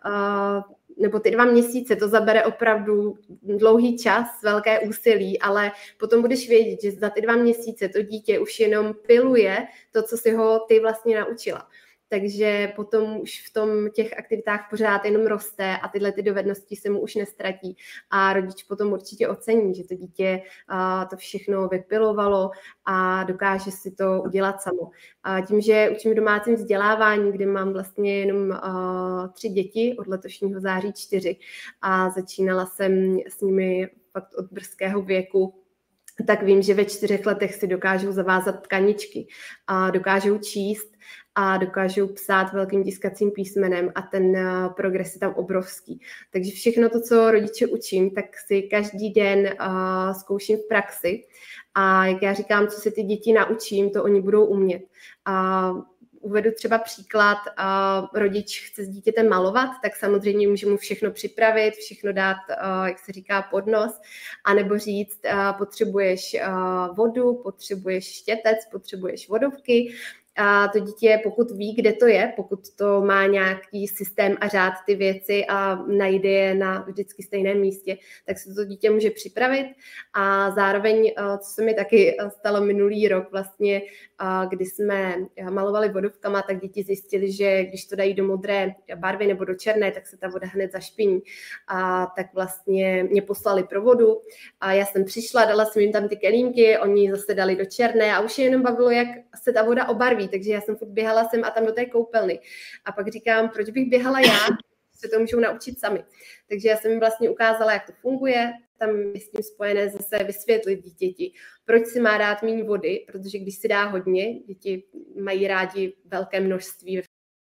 nebo ty dva měsíce, to zabere opravdu dlouhý čas, velké úsilí, ale potom budeš vědět, že za ty dva měsíce to dítě už jenom piluje to, co si ho ty vlastně naučila. Takže potom už v tom těch aktivitách pořád jenom roste a tyhle ty dovednosti se mu už nestratí. A rodič potom určitě ocení, že to dítě to všechno vypilovalo a dokáže si to udělat samo. A tím, že učím v domácím vzdělávání, kde mám vlastně jenom tři děti, od letošního září čtyři, a začínala jsem s nimi fakt od brzkého věku, tak vím, že ve čtyřech letech si dokážou zavázat tkaničky a dokážou číst a dokážou psát velkým tiskacím písmenem a ten progres je tam obrovský. Takže všechno to, co rodiče učím, tak si každý den uh, zkouším v praxi a jak já říkám, co si ty děti naučím, to oni budou umět. A uvedu třeba příklad, uh, rodič chce s dítětem malovat, tak samozřejmě může mu všechno připravit, všechno dát, uh, jak se říká, pod nos, anebo říct, uh, potřebuješ uh, vodu, potřebuješ štětec, potřebuješ vodovky. A to dítě, pokud ví, kde to je, pokud to má nějaký systém a řád ty věci a najde je na vždycky stejném místě, tak se to dítě může připravit. A zároveň, co se mi taky stalo minulý rok, vlastně, kdy jsme malovali vodovkama, tak děti zjistili, že když to dají do modré barvy nebo do černé, tak se ta voda hned zašpiní. A tak vlastně mě poslali pro vodu a já jsem přišla, dala jsem jim tam ty kelímky, oni zase dali do černé a už je jenom bavilo, jak se ta voda obarví. Takže já jsem furt běhala sem a tam do té koupelny. A pak říkám, proč bych běhala já, se to můžou naučit sami. Takže já jsem jim vlastně ukázala, jak to funguje. Tam je s tím spojené zase vysvětlit dítěti, proč si má dát méně vody, protože když si dá hodně, děti mají rádi velké množství,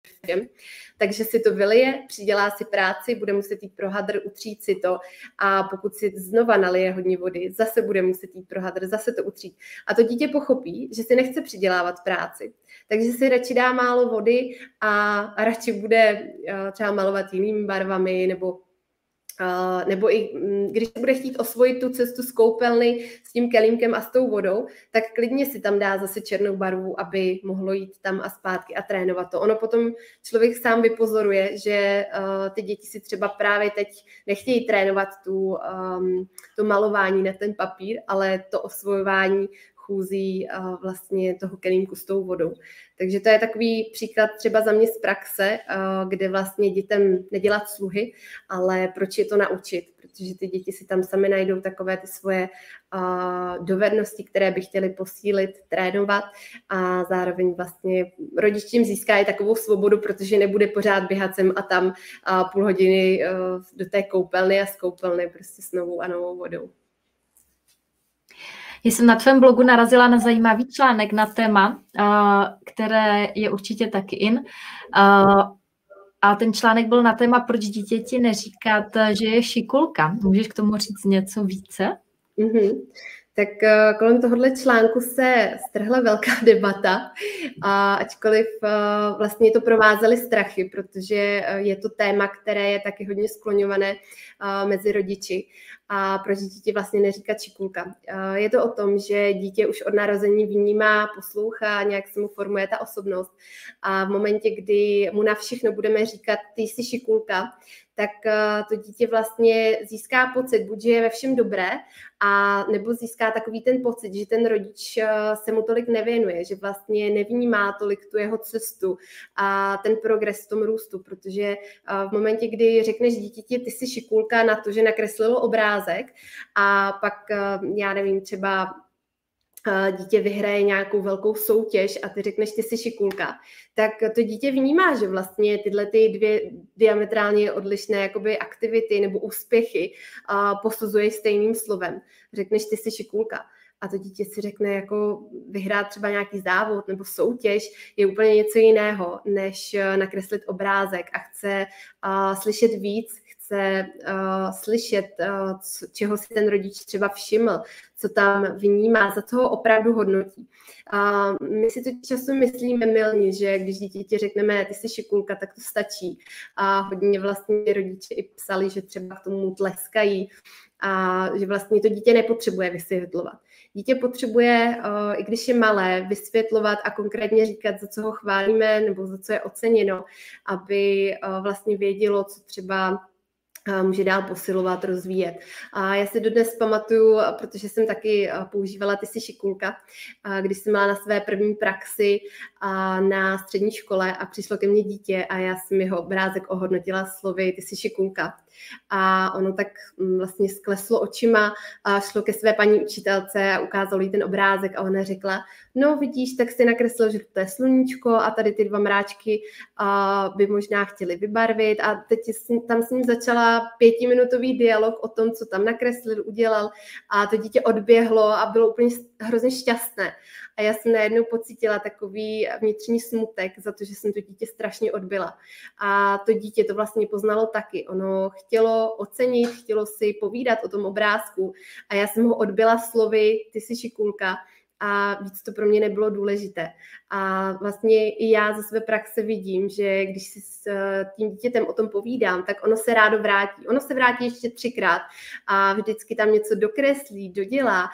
takže si to vylije, přidělá si práci, bude muset jít pro hadr, utřít si to a pokud si znova nalije hodně vody, zase bude muset jít pro hadr, zase to utřít. A to dítě pochopí, že si nechce přidělávat práci, takže si radši dá málo vody a radši bude třeba malovat jinými barvami nebo Uh, nebo i když bude chtít osvojit tu cestu z koupelny s tím kelímkem a s tou vodou, tak klidně si tam dá zase černou barvu, aby mohlo jít tam a zpátky a trénovat to. Ono potom člověk sám vypozoruje, že uh, ty děti si třeba právě teď nechtějí trénovat tu, um, to malování na ten papír, ale to osvojování chůzí uh, vlastně toho kelímku s tou vodou. Takže to je takový příklad třeba za mě z praxe, uh, kde vlastně dětem nedělat sluhy, ale proč je to naučit, protože ty děti si tam sami najdou takové ty svoje uh, dovednosti, které by chtěli posílit, trénovat a zároveň vlastně rodič tím získá i takovou svobodu, protože nebude pořád běhat sem a tam uh, půl hodiny uh, do té koupelny a z koupelny prostě s novou a novou vodou. Já jsem na tvém blogu narazila na zajímavý článek na téma, které je určitě taky in. A ten článek byl na téma, proč dítěti neříkat, že je šikulka. Můžeš k tomu říct něco více? Mm-hmm. Tak kolem tohohle článku se strhla velká debata, a ačkoliv vlastně to provázely strachy, protože je to téma, které je taky hodně skloňované mezi rodiči. A proč dítě vlastně neříkat šikulka. Je to o tom, že dítě už od narození vnímá, poslouchá, nějak se mu formuje ta osobnost a v momentě, kdy mu na všechno budeme říkat, ty jsi šikulka, tak to dítě vlastně získá pocit, buď že je ve všem dobré, a nebo získá takový ten pocit, že ten rodič se mu tolik nevěnuje, že vlastně nevnímá tolik tu jeho cestu a ten progres v tom růstu, protože v momentě, kdy řekneš dítěti, ty jsi šikulka na to, že nakreslilo obrázek a pak, já nevím, třeba dítě vyhraje nějakou velkou soutěž a ty řekneš, ty jsi šikulka, tak to dítě vnímá, že vlastně tyhle ty dvě diametrálně odlišné jakoby aktivity nebo úspěchy posuzuješ stejným slovem. Řekneš, ty jsi šikulka. a to dítě si řekne, jako vyhrát třeba nějaký závod nebo soutěž je úplně něco jiného, než nakreslit obrázek a chce uh, slyšet víc, chce uh, slyšet, uh, co, čeho si ten rodič třeba všiml, co tam vnímá, za co ho opravdu hodnotí. Uh, my si to často myslíme mylně, že když dítěti řekneme, ty jsi šikulka, tak to stačí. A hodně vlastně rodiče i psali, že třeba k tomu tleskají a že vlastně to dítě nepotřebuje vysvětlovat. Dítě potřebuje, uh, i když je malé, vysvětlovat a konkrétně říkat, za co ho chválíme nebo za co je oceněno, aby uh, vlastně vědělo, co třeba může dál posilovat, rozvíjet. A já si dodnes pamatuju, protože jsem taky používala Ty jsi šikulka, když jsem měla na své první praxi na střední škole a přišlo ke mně dítě a já jsem jeho obrázek ohodnotila slovy Ty jsi šikulka. A ono tak vlastně skleslo očima a šlo ke své paní učitelce a ukázalo jí ten obrázek a ona řekla, no vidíš, tak si nakreslil žluté sluníčko a tady ty dva mráčky a by možná chtěli vybarvit a teď tam s ním začala pětiminutový dialog o tom, co tam nakreslil, udělal a to dítě odběhlo a bylo úplně hrozně šťastné. A já jsem najednou pocítila takový vnitřní smutek za to, že jsem to dítě strašně odbyla. A to dítě to vlastně poznalo taky. Ono chtělo ocenit, chtělo si povídat o tom obrázku a já jsem ho odbyla slovy Ty jsi šikulka a víc to pro mě nebylo důležité. A vlastně i já ze své praxe vidím, že když si s tím dítětem o tom povídám, tak ono se rádo vrátí. Ono se vrátí ještě třikrát a vždycky tam něco dokreslí, dodělá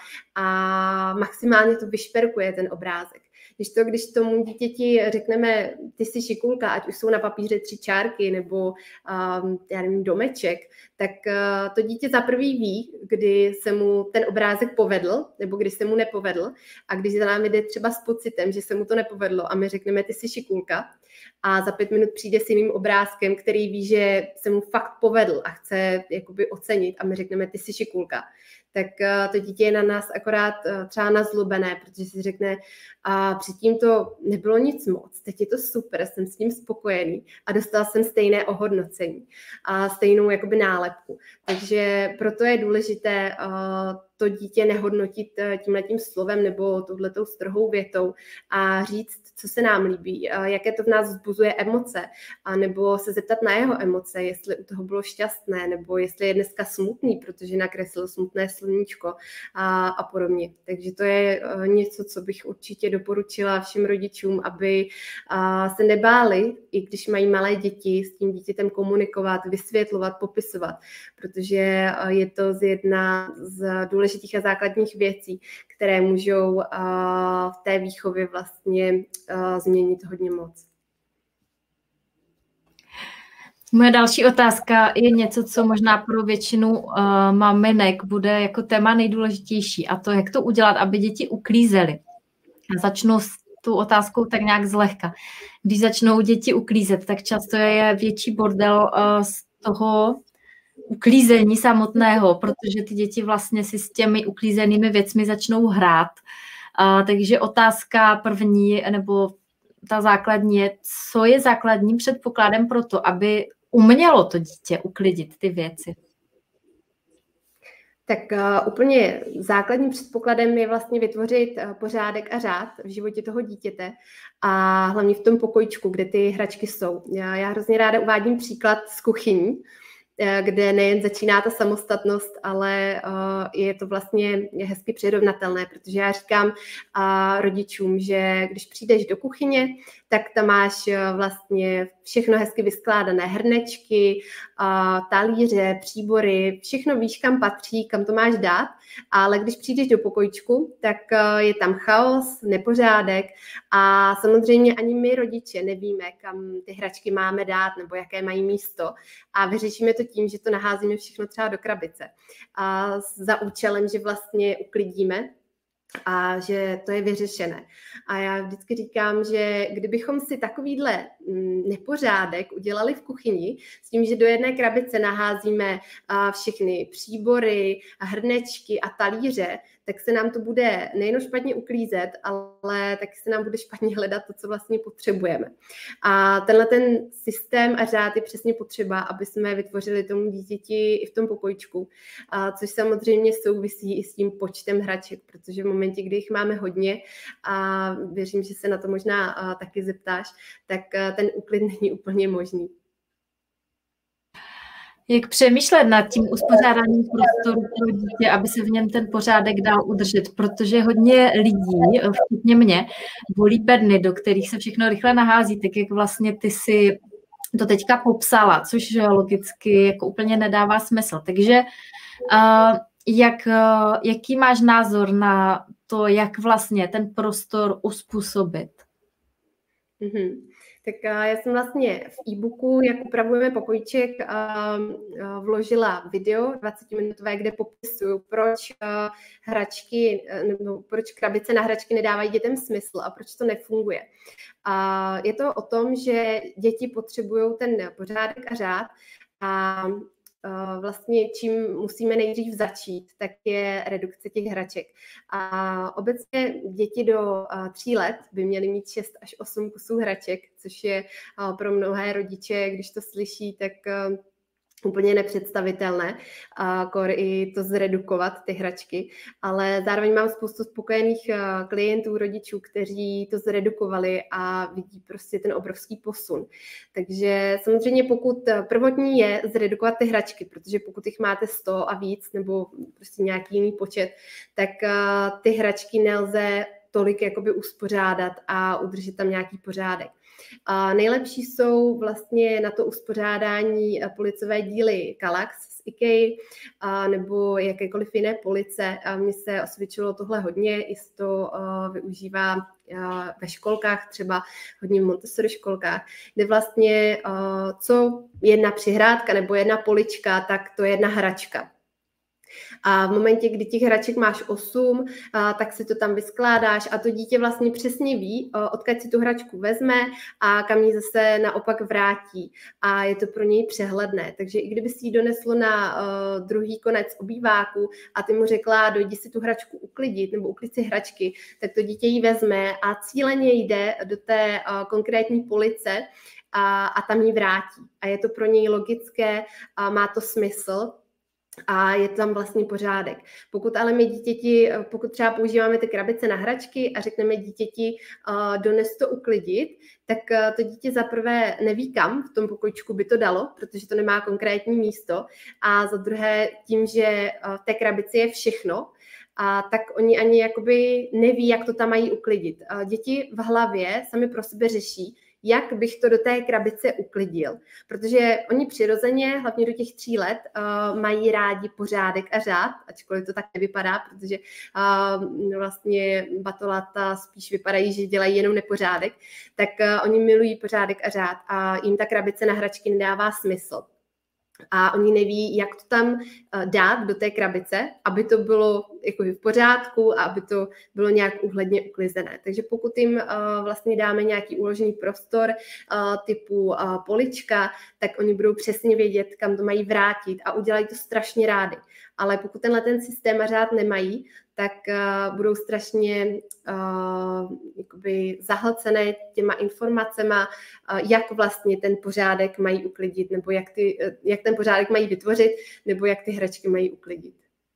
a maximálně to vyšperkuje ten obrázek. Když to, když tomu dítěti řekneme, ty jsi šikulka, ať už jsou na papíře tři čárky nebo um, já nevím, domeček, tak uh, to dítě za prvý ví, kdy se mu ten obrázek povedl nebo kdy se mu nepovedl a když za námi jde třeba s pocitem, že se mu to nepovedlo a my řekneme, ty jsi šikulka a za pět minut přijde s jiným obrázkem, který ví, že se mu fakt povedl a chce jakoby ocenit a my řekneme, ty jsi šikulka, tak to dítě je na nás akorát třeba nazlobené, protože si řekne, a předtím to nebylo nic moc, teď je to super, jsem s tím spokojený a dostala jsem stejné ohodnocení a stejnou jakoby nálepku. Takže proto je důležité to dítě nehodnotit tímhletím slovem nebo touhletou strohou větou a říct, co se nám líbí, jaké to v nás vzbuzuje emoce, a nebo se zeptat na jeho emoce, jestli u toho bylo šťastné, nebo jestli je dneska smutný, protože nakreslil smutné sluníčko a, a podobně. Takže to je něco, co bych určitě doporučila všem rodičům, aby se nebáli, i když mají malé děti, s tím dítětem komunikovat, vysvětlovat, popisovat, protože je to jedna z důležitých a základních věcí, které můžou v té výchově vlastně změnit hodně moc. Moje další otázka je něco, co možná pro většinu uh, maminek bude jako téma nejdůležitější, a to, jak to udělat, aby děti uklízely. Začnu s tou otázkou tak nějak zlehka. Když začnou děti uklízet, tak často je větší bordel uh, z toho uklízení samotného, protože ty děti vlastně si s těmi uklízenými věcmi začnou hrát. Uh, takže otázka první, nebo ta základní je, co je základním předpokladem pro to, aby umělo to dítě uklidit ty věci? Tak uh, úplně základním předpokladem je vlastně vytvořit uh, pořádek a řád v životě toho dítěte a hlavně v tom pokojičku, kde ty hračky jsou. Já, já hrozně ráda uvádím příklad z kuchyní, kde nejen začíná ta samostatnost, ale uh, je to vlastně hezky přirovnatelné, protože já říkám uh, rodičům, že když přijdeš do kuchyně, tak tam máš uh, vlastně všechno hezky vyskládané, hrnečky, uh, talíře, příbory, všechno víš, kam patří, kam to máš dát, ale když přijdeš do pokojičku, tak uh, je tam chaos, nepořádek a samozřejmě ani my rodiče nevíme, kam ty hračky máme dát nebo jaké mají místo a vyřešíme to tím, že to naházíme všechno třeba do krabice a za účelem, že vlastně uklidíme a že to je vyřešené. A já vždycky říkám, že kdybychom si takovýhle nepořádek udělali v kuchyni s tím, že do jedné krabice naházíme všechny příbory, hrnečky a talíře, tak se nám to bude nejen špatně uklízet, ale taky se nám bude špatně hledat to, co vlastně potřebujeme. A tenhle ten systém a řád je přesně potřeba, aby jsme vytvořili tomu dítěti i v tom pokojičku, a což samozřejmě souvisí i s tím počtem hraček, protože v momentě, kdy jich máme hodně, a věřím, že se na to možná taky zeptáš, tak ten úklid není úplně možný. Jak přemýšlet nad tím uspořádáním prostoru pro dítě, aby se v něm ten pořádek dal udržet, protože hodně lidí, včetně mě, bolí bedny, do kterých se všechno rychle nahází, tak jak vlastně ty si to teďka popsala, což logicky jako úplně nedává smysl. Takže uh, jak, uh, jaký máš názor na to, jak vlastně ten prostor uspůsobit? Mm-hmm. Tak já jsem vlastně v e-booku, jak upravujeme pokojíček, vložila video dvacetiminutové, kde popisuju, proč hračky, nebo proč krabice na hračky nedávají dětem smysl a proč to nefunguje. A je to o tom, že děti potřebují ten pořádek a řád a vlastně čím musíme nejdřív začít, tak je redukce těch hraček. A obecně děti do tří let by měly mít šest až osm kusů hraček, což je pro mnohé rodiče, když to slyší, tak úplně nepředstavitelné, a i to zredukovat, ty hračky, ale zároveň mám spoustu spokojených klientů, rodičů, kteří to zredukovali a vidí prostě ten obrovský posun. Takže samozřejmě pokud prvotní je zredukovat ty hračky, protože pokud jich máte sto a víc nebo prostě nějaký jiný počet, tak ty hračky nelze tolik jakoby uspořádat a udržet tam nějaký pořádek. A nejlepší jsou vlastně na to uspořádání policové díly Kallax z IKEA a nebo jakékoliv jiné police. A mně se osvědčilo tohle hodně, i se to uh, využívá uh, ve školkách, třeba hodně v Montessori školkách, kde vlastně uh, co jedna přihrádka nebo jedna polička, tak to je jedna hračka. A v momentě, kdy těch hraček máš osm, tak si to tam vyskládáš a to dítě vlastně přesně ví, odkud si tu hračku vezme a kam ji zase naopak vrátí. A je to pro něj přehledné. Takže i kdyby si ji doneslo na uh, druhý konec obýváku a ty mu řekla, dojdi si tu hračku uklidit nebo uklid si hračky, tak to dítě ji vezme a cíleně jde do té uh, konkrétní police a, a tam ji vrátí. A je to pro něj logické a má to smysl. A je tam vlastně pořádek. Pokud ale my dítěti, pokud třeba používáme ty krabice na hračky a řekneme dítěti, uh, dones to uklidit, tak uh, to dítě zaprvé neví kam v tom pokojičku by to dalo, protože to nemá konkrétní místo. A za druhé tím, že uh, v té krabici je všechno, a tak oni ani jakoby neví, jak to tam mají uklidit. Uh, děti v hlavě sami pro sebe řeší, jak bych to do té krabice uklidil. Protože oni přirozeně, hlavně do těch tří let, uh, mají rádi pořádek a řád, ačkoliv to tak nevypadá, protože uh, vlastně batolata spíš vypadají, že dělají jenom nepořádek, tak uh, oni milují pořádek a řád a jim ta krabice na hračky nedává smysl. A oni neví, jak to tam dát do té krabice, aby to bylo jako v pořádku a aby to bylo nějak úhledně uklizené. Takže pokud jim uh, vlastně dáme nějaký uložený prostor uh, typu uh, polička, tak oni budou přesně vědět, kam to mají vrátit a udělají to strašně rádi. Ale pokud tenhle ten systém a řád nemají, tak uh, budou strašně uh, jakoby zahlcené těma informacema, uh, jak vlastně ten pořádek mají uklidit, nebo jak, ty, uh, jak ten pořádek mají vytvořit, nebo jak ty hračky mají uklidit.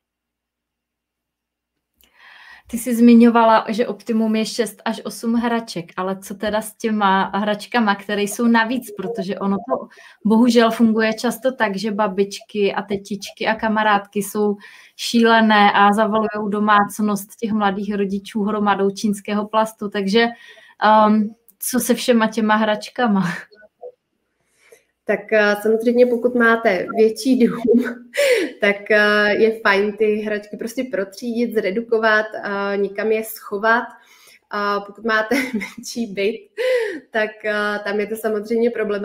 Ty jsi zmiňovala, že optimum je šest až osm hraček, ale co teda s těma hračkama, které jsou navíc, protože ono to bohužel funguje často tak, že babičky a tetičky a kamarádky jsou šílené a zavalujou domácnost těch mladých rodičů hromadou čínského plastu, takže um, co se všema těma hračkama? Tak samozřejmě pokud máte větší dům, tak je fajn ty hračky prostě protřídit, zredukovat, někam je schovat. Pokud máte menší byt, tak tam je to samozřejmě problematické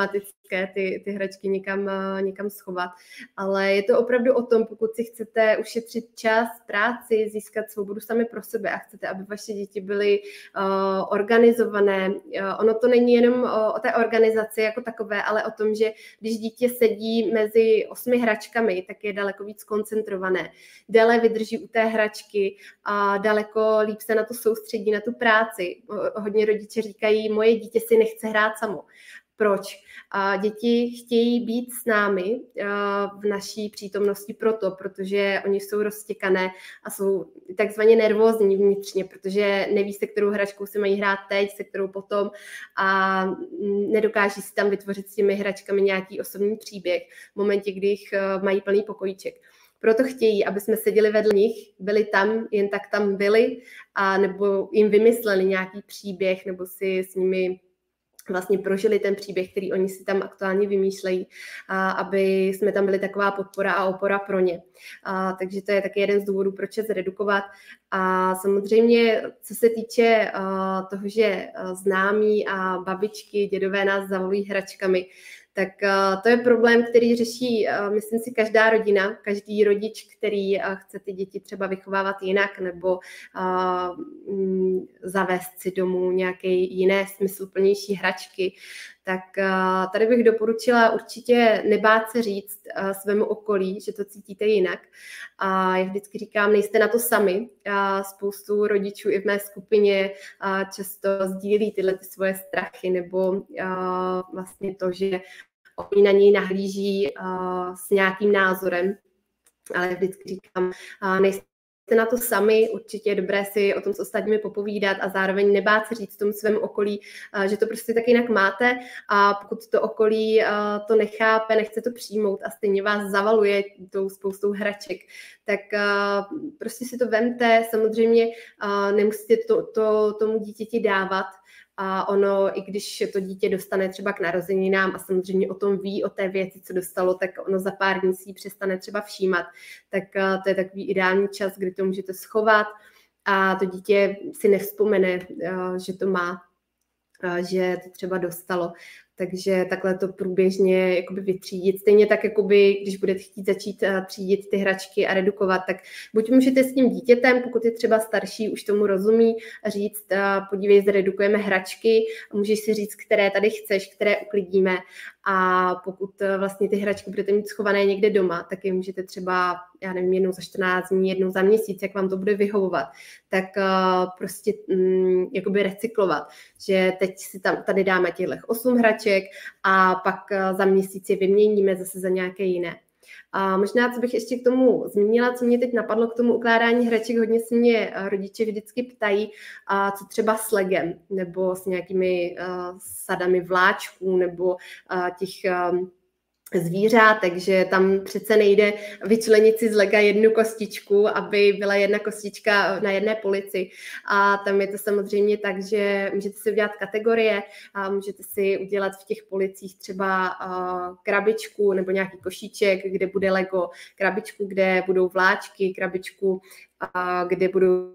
těžké ty, ty hračky někam, někam schovat. Ale je to opravdu o tom, pokud si chcete ušetřit čas, práci, získat svobodu sami pro sebe a chcete, aby vaše děti byly uh, organizované. Uh, ono to není jenom o, o té organizaci jako takové, ale o tom, že když dítě sedí mezi osmi hračkami, tak je daleko víc koncentrované. Déle vydrží u té hračky a daleko líp se na to soustředí, na tu práci. Hodně rodiče říkají, moje dítě si nechce hrát samo. Proč? A děti chtějí být s námi v naší přítomnosti proto, protože oni jsou roztěkané a jsou takzvaně nervózní vnitřně, protože neví, se kterou hračkou se mají hrát teď, se kterou potom a nedokáží si tam vytvořit s těmi hračkami nějaký osobní příběh v momentě, kdy jich mají plný pokojíček. Proto chtějí, aby jsme seděli vedle nich, byli tam, jen tak tam byli, a nebo jim vymysleli nějaký příběh, nebo si s nimi vlastně prožili ten příběh, který oni si tam aktuálně vymýšlejí, a aby jsme tam byli taková podpora a opora pro ně. A, takže to je taky jeden z důvodů, proč je zredukovat. A samozřejmě, co se týče a, toho, že známí a babičky, dědové nás zavolují hračkami, tak uh, to je problém, který řeší, uh, myslím si, každá rodina, každý rodič, který uh, chce ty děti třeba vychovávat jinak nebo uh, um, zavést si domů nějaké jiné smysluplnější hračky. Tak uh, tady bych doporučila určitě nebát se říct uh, svému okolí, že to cítíte jinak. A já vždycky říkám, nejste na to sami. Uh, spoustu rodičů i v mé skupině uh, často sdílí tyhle ty svoje strachy nebo uh, vlastně to, že oni na něj nahlíží uh, s nějakým názorem. Ale vždycky říkám, uh, nejste na to sami, určitě je dobré si o tom s ostatními popovídat a zároveň nebát se říct tomu svému okolí, že to prostě tak jinak máte, a pokud to okolí to nechápe, nechce to přijmout a stejně vás zavaluje tou spoustou hraček, tak prostě si to vemte, samozřejmě nemusíte to, to tomu dítěti dávat. A ono, i když to dítě dostane třeba k narozeninám a samozřejmě o tom ví, o té věci, co dostalo, tak ono za pár dní si ji přestane třeba všímat. Tak to je takový ideální čas, kdy to můžete schovat a to dítě si nevzpomene, že to má, že to třeba dostalo. Takže takhle to průběžně jakoby vytřídit. Stejně tak, jakoby, když budete chtít začít třídit ty hračky a redukovat, tak buď můžete s tím dítětem, pokud je třeba starší, už tomu rozumí, říct, podívej, zredukujeme hračky, můžeš si říct, které tady chceš, které uklidíme, a pokud vlastně ty hračky budete mít schované někde doma, tak je můžete třeba, já nevím, jednou za čtrnáct dní, jednou za měsíc, jak vám to bude vyhovovat, tak prostě um, jakoby recyklovat, že teď si tam, tady dáme těchto osm hraček a pak za měsíc je vyměníme zase za nějaké jiné. A možná, co bych ještě k tomu zmínila, co mě teď napadlo k tomu ukládání hraček, hodně se mě rodiče vždycky ptají, a co třeba s legem, nebo s nějakými uh, sadami vláčků, nebo uh, těch um, zvířátek, že tam přece nejde vyčlenit si z lega jednu kostičku, aby byla jedna kostička na jedné polici. A tam je to samozřejmě tak, že můžete si udělat kategorie a můžete si udělat v těch policích třeba uh, krabičku nebo nějaký košíček, kde bude Lego, krabičku, kde budou vláčky, krabičku, uh, kde budou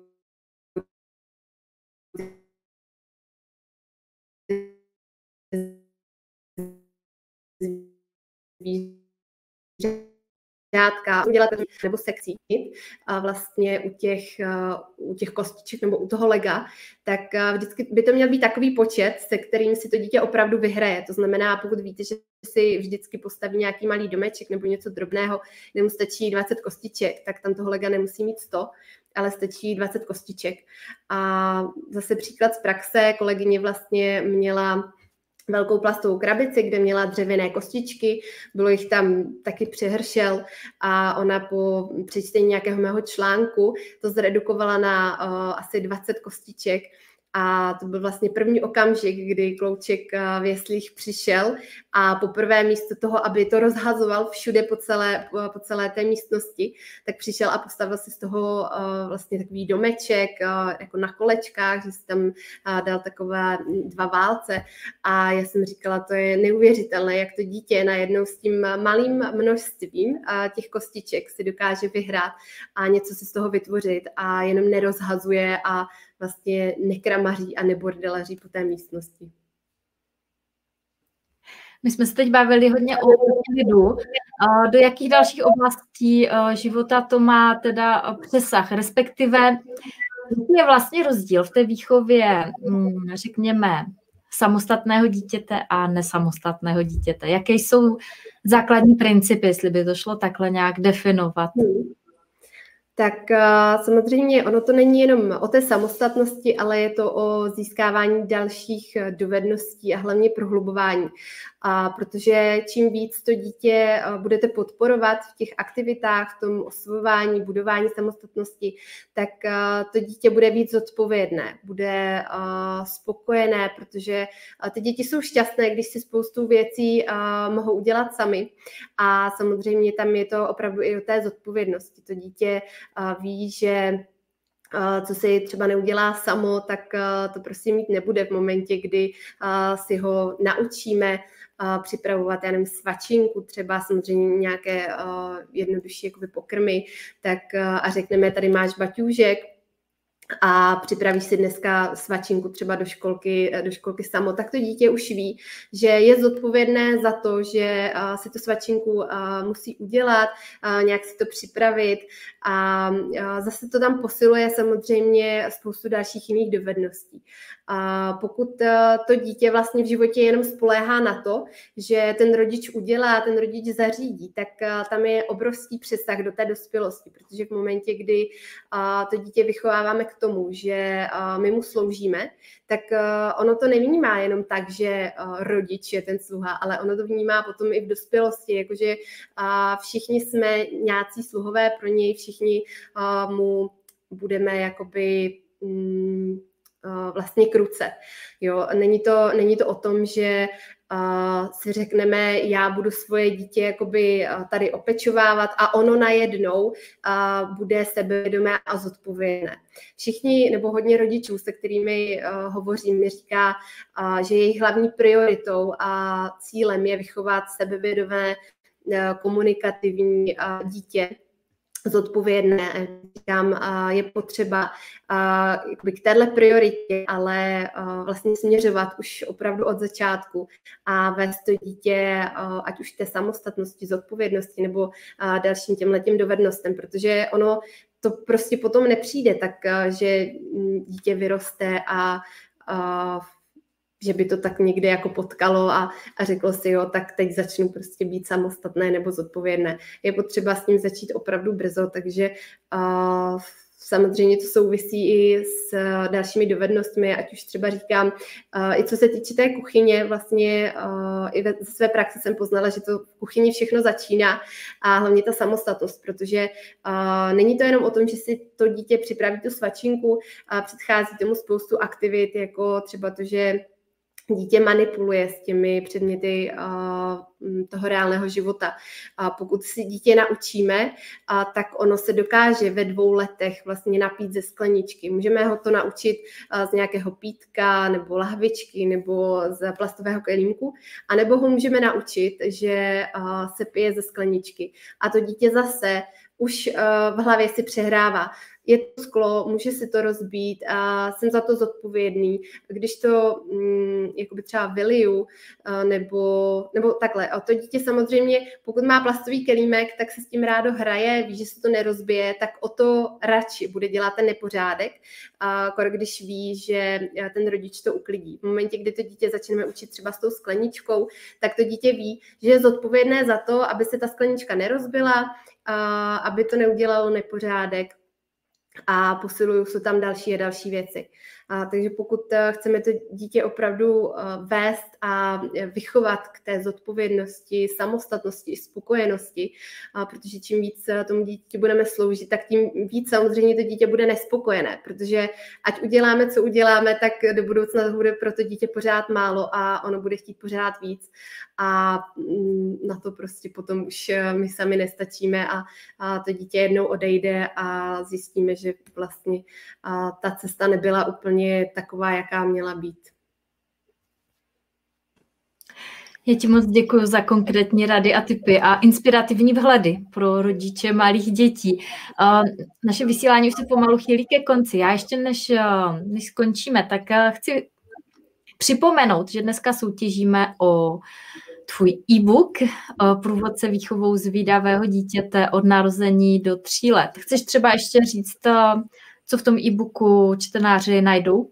zvířátka, udělat nebo sekcí a vlastně u těch, u těch kostiček nebo u toho lega, tak vždycky by to měl být takový počet, se kterým si to dítě opravdu vyhraje. To znamená, pokud víte, že si vždycky postaví nějaký malý domeček nebo něco drobného, kde mu stačí dvacet kostiček, tak tam toho lega nemusí mít sto, ale stačí dvacet kostiček. A zase příklad z praxe, kolegyně vlastně měla velkou plastovou krabici, kde měla dřevěné kostičky, bylo jich tam taky přehršel a ona po přečtení nějakého mého článku to zredukovala na uh, asi dvacet kostiček. A to byl vlastně první okamžik, kdy klouček v jeslích přišel a poprvé místo toho, aby to rozhazoval všude po celé, po celé té místnosti, tak přišel a postavil si z toho vlastně takový domeček jako na kolečkách, že si tam dal takové dva válce a já jsem říkala, to je neuvěřitelné, jak to dítě najednou s tím malým množstvím těch kostiček si dokáže vyhrát a něco si z toho vytvořit a jenom nerozhazuje a vlastně nekramaří a nebordelaří po té místnosti. My jsme se teď bavili hodně o klidu. Do jakých dalších oblastí života to má teda přesah, respektive jaký je vlastně rozdíl v té výchově, řekněme, samostatného dítěte a nesamostatného dítěte? Jaké jsou základní principy, jestli by to šlo takhle nějak definovat? Hmm. Tak samozřejmě ono to není jenom o té samostatnosti, ale je to o získávání dalších dovedností a hlavně prohlubování. A protože čím víc to dítě budete podporovat v těch aktivitách, v tom osvojování, budování samostatnosti, tak to dítě bude víc zodpovědné, bude spokojené, protože ty děti jsou šťastné, když si spoustu věcí mohou udělat sami. A samozřejmě tam je to opravdu i o té zodpovědnosti. To dítě ví, že co si třeba neudělá samo, tak to prostě mít nebude v momentě, kdy si ho naučíme připravovat, já nevím, svačinku, třeba samozřejmě nějaké jednodušší jakoby pokrmy, tak a řekneme, tady máš baťůžek, a připravíš si dneska svačinku třeba do školky, do školky samo, tak to dítě už ví, že je zodpovědné za to, že si tu svačinku musí udělat, nějak si to připravit a zase to tam posiluje samozřejmě spoustu dalších jiných dovedností. A pokud to dítě vlastně v životě jenom spoléhá na to, že ten rodič udělá, ten rodič zařídí, tak tam je obrovský přesah do té dospělosti, protože v momentě, kdy to dítě vychováváme k tomu, že my mu sloužíme, tak ono to nevnímá jenom tak, že rodič je ten sluha, ale ono to vnímá potom i v dospělosti, jakože všichni jsme nějací sluhové pro něj, všichni mu budeme jakoby vlastně k ruce. Jo? Není to, není to o tom, že uh, si řekneme, já budu svoje dítě jakoby uh, tady opečovávat a ono najednou uh, bude sebevědomé a zodpovědné. Všichni nebo hodně rodičů, se kterými uh, hovořím, mi říká, uh, že jejich hlavní prioritou a cílem je vychovat sebevědomé, uh, komunikativní uh, dítě, zodpovědné. Říkám, je potřeba k téhle prioritě, ale vlastně směřovat už opravdu od začátku a vést to dítě, ať už té samostatnosti, zodpovědnosti nebo dalším těmhletěm dovednostem, protože ono to prostě potom nepřijde tak, že dítě vyroste a, a že by to tak někde jako potkalo a, a řeklo si, jo, tak teď začnu prostě být samostatné nebo zodpovědné. Je potřeba s ním začít opravdu brzo, takže uh, samozřejmě to souvisí i s dalšími dovednostmi, ať už třeba říkám, uh, i co se týče té kuchyně, vlastně uh, i ve své praxi jsem poznala, že to v kuchyni všechno začíná a hlavně ta samostatnost, protože uh, není to jenom o tom, že si to dítě připraví tu svačinku a předchází tomu spoustu aktivit, jako třeba to, že dítě manipuluje s těmi předměty uh, toho reálného života. A pokud si dítě naučíme, uh, tak ono se dokáže ve dvou letech vlastně napít ze skleničky. Můžeme ho to naučit uh, z nějakého pítka nebo lahvičky nebo z plastového kelímku, anebo ho můžeme naučit, že uh, se pije ze skleničky. A to dítě zase už uh, v hlavě si přehrává. Je to sklo, může si to rozbít a jsem za to zodpovědný. Když to mm, jakoby třeba vyliju, nebo, nebo takhle. A to dítě samozřejmě, pokud má plastový kelímek, tak se s tím rádo hraje, ví, že se to nerozbije, tak o to radši bude dělat ten nepořádek, a když ví, že ten rodič to uklidí. V momentě, kdy to dítě začneme učit třeba s tou skleničkou, tak to dítě ví, že je zodpovědné za to, aby se ta sklenička nerozbila, a aby to neudělalo nepořádek. A posilují se tam další a další věci. A, takže pokud chceme to dítě opravdu vést a vychovat k té zodpovědnosti, samostatnosti, spokojenosti, a protože čím víc tomu dítěti budeme sloužit, tak tím víc samozřejmě to dítě bude nespokojené, protože ať uděláme, co uděláme, tak do budoucna bude pro to dítě pořád málo a ono bude chtít pořád víc. A na to prostě potom už my sami nestačíme a, a to dítě jednou odejde a zjistíme, že vlastně ta cesta nebyla úplně taková, jaká měla být. Já ti moc děkuji za konkrétní rady a tipy a inspirativní vhledy pro rodiče malých dětí. Naše vysílání už se pomalu chýlí ke konci. Já ještě než, než skončíme, tak chci připomenout, že dneska soutěžíme o tvůj e-book Průvodce výchovou zvídavého dítěte od narození do tří let. Chceš třeba ještě říct, co v tom e-booku čtenáři najdou?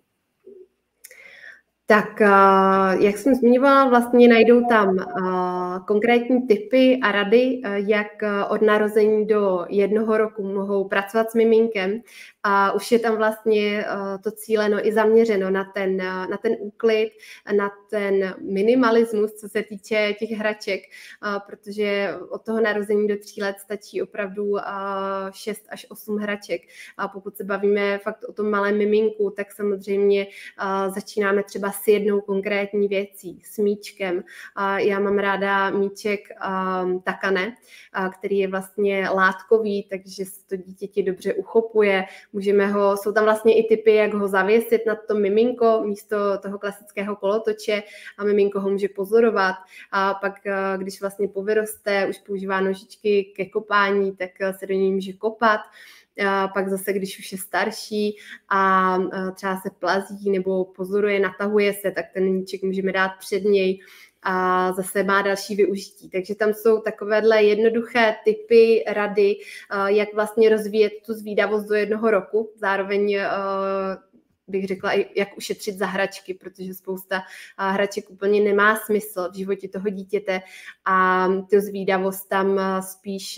Tak, jak jsem zmiňovala, vlastně najdou tam konkrétní tipy a rady, jak od narození do jednoho roku mohou pracovat s miminkem. A už je tam vlastně to cíleno i zaměřeno na ten, na ten úklid, na ten minimalismus, co se týče těch hraček, protože od toho narození do tří let stačí opravdu šest až osm hraček. A pokud se bavíme fakt o tom malém miminku, tak samozřejmě začínáme třeba s jednou konkrétní věcí, s míčkem. Já mám ráda míček Takane, který je vlastně látkový, takže se to dítěti dobře uchopuje. Můžeme ho, jsou tam vlastně i tipy, jak ho zavěsit nad to miminko místo toho klasického kolotoče a miminko ho může pozorovat. A pak, když vlastně povyroste, už používá nožičky ke kopání, tak se do něj může kopat. A pak zase, když už je starší a třeba se plazí nebo pozoruje, natahuje se, tak ten míček můžeme dát před něj a zase má další využití. Takže tam jsou takovéhle jednoduché tipy, rady, jak vlastně rozvíjet tu zvídavost do jednoho roku. Zároveň bych řekla, jak ušetřit za hračky, protože spousta hraček úplně nemá smysl v životě toho dítěte a tu zvídavost tam spíš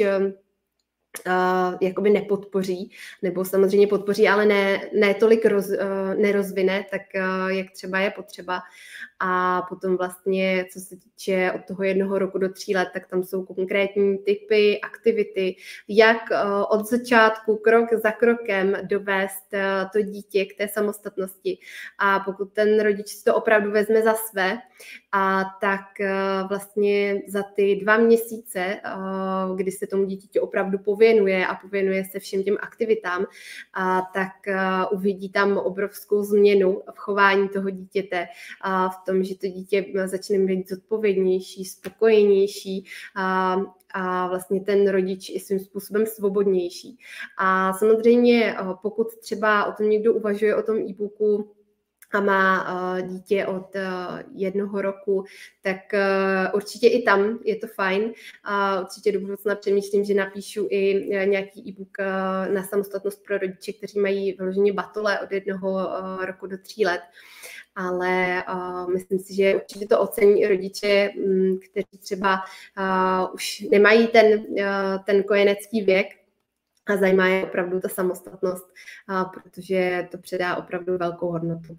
Uh, jakoby nepodpoří, nebo samozřejmě podpoří, ale ne, ne tolik roz, uh, nerozvine, tak uh, jak třeba je potřeba. A potom vlastně, co se týče od toho jednoho roku do tří let, tak tam jsou konkrétní typy, aktivity, jak uh, od začátku, krok za krokem dovést uh, to dítě k té samostatnosti. A pokud ten rodič si to opravdu vezme za své, a tak uh, vlastně za ty dva měsíce, uh, kdy se tomu dítěti opravdu pověnuje a pověnuje se všem těm aktivitám, a tak uh, uvidí tam obrovskou změnu v chování toho dítěte, a v tom, že to dítě začne být zodpovědnější, spokojenější a, a vlastně ten rodič je svým způsobem svobodnější. A samozřejmě, pokud třeba o tom někdo uvažuje, o tom e-booku, a má uh, dítě od uh, jednoho roku, tak uh, určitě i tam je to fajn. Uh, určitě do budoucna přemýšlím, že napíšu i uh, nějaký e-book uh, na samostatnost pro rodiče, kteří mají vyloženě batole od jednoho uh, roku do tří let. Ale uh, myslím si, že určitě to ocení i rodiče, um, kteří třeba uh, už nemají ten, uh, ten kojenecký věk, a zajímá je opravdu ta samostatnost, uh, protože to předá opravdu velkou hodnotu.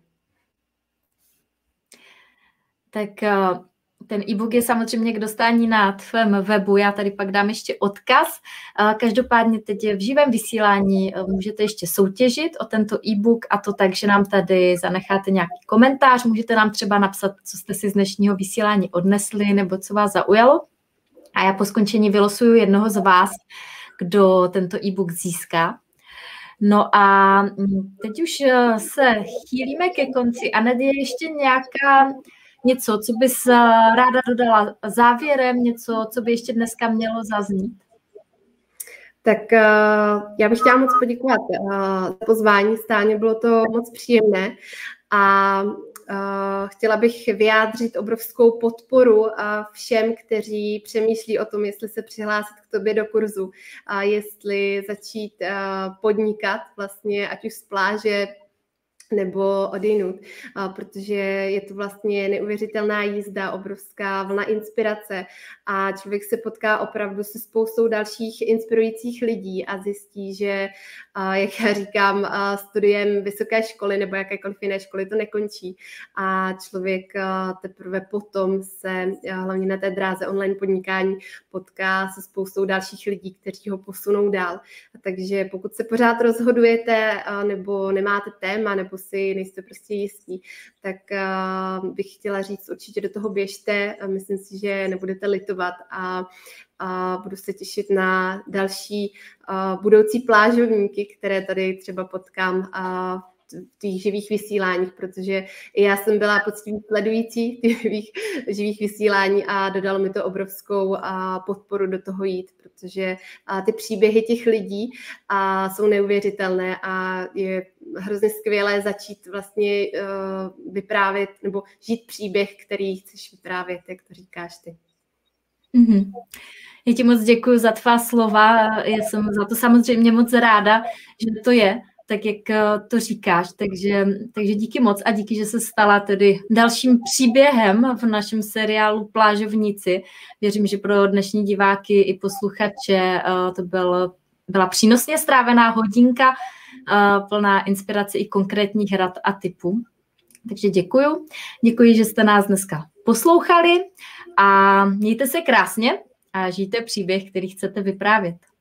Tak ten e-book je samozřejmě k dostání na tvém webu, já tady pak dám ještě odkaz. Každopádně teď v živém vysílání můžete ještě soutěžit o tento e-book, a to tak, že nám tady zanecháte nějaký komentář, můžete nám třeba napsat, co jste si z dnešního vysílání odnesli nebo co vás zaujalo. A já po skončení vylosuju jednoho z vás, kdo tento e-book získá. No a teď už se chýlíme ke konci. Anet, je ještě nějaká něco, co bys ráda dodala závěrem, něco, co by ještě dneska mělo zaznít? Tak uh, já bych chtěla moc poděkovat uh, za pozvání, Stáně, bylo to moc příjemné a uh, chtěla bych vyjádřit obrovskou podporu uh, všem, kteří přemýšlí o tom, jestli se přihlásit k tobě do kurzu a jestli začít uh, podnikat vlastně, ať už z pláže, nebo odinut, protože je to vlastně neuvěřitelná jízda, obrovská vlna inspirace a člověk se potká opravdu se spoustou dalších inspirujících lidí a zjistí, že, jak já říkám, studiem vysoké školy nebo jakékoliv jiné školy to nekončí a člověk teprve potom se hlavně na té dráze online podnikání potká se spoustou dalších lidí, kteří ho posunou dál. Takže pokud se pořád rozhodujete nebo nemáte téma nebo si nejste prostě jistí, tak uh, bych chtěla říct, určitě do toho běžte, myslím si, že nebudete litovat a, a budu se těšit na další uh, budoucí plážovníky, které tady třeba potkám uh, v těch živých vysíláních, protože i já jsem byla poctivý sledující těch živých, živých vysílání a dodalo mi to obrovskou a, podporu do toho jít, protože a, ty příběhy těch lidí a, jsou neuvěřitelné a je hrozně skvělé začít vlastně uh, vyprávět nebo žít příběh, který chceš vyprávět, jak to říkáš ty. Mm-hmm. Já ti moc děkuji za tvá slova, já jsem za to samozřejmě moc ráda, že to je tak, jak to říkáš, takže, takže díky moc a díky, že se stala tedy dalším příběhem v našem seriálu Plážovníci. Věřím, že pro dnešní diváky i posluchače to byl, byla přínosně strávená hodinka, plná inspirace i konkrétních rad a tipů. Takže děkuju. Děkuji, že jste nás dneska poslouchali a mějte se krásně a žijte příběh, který chcete vyprávět.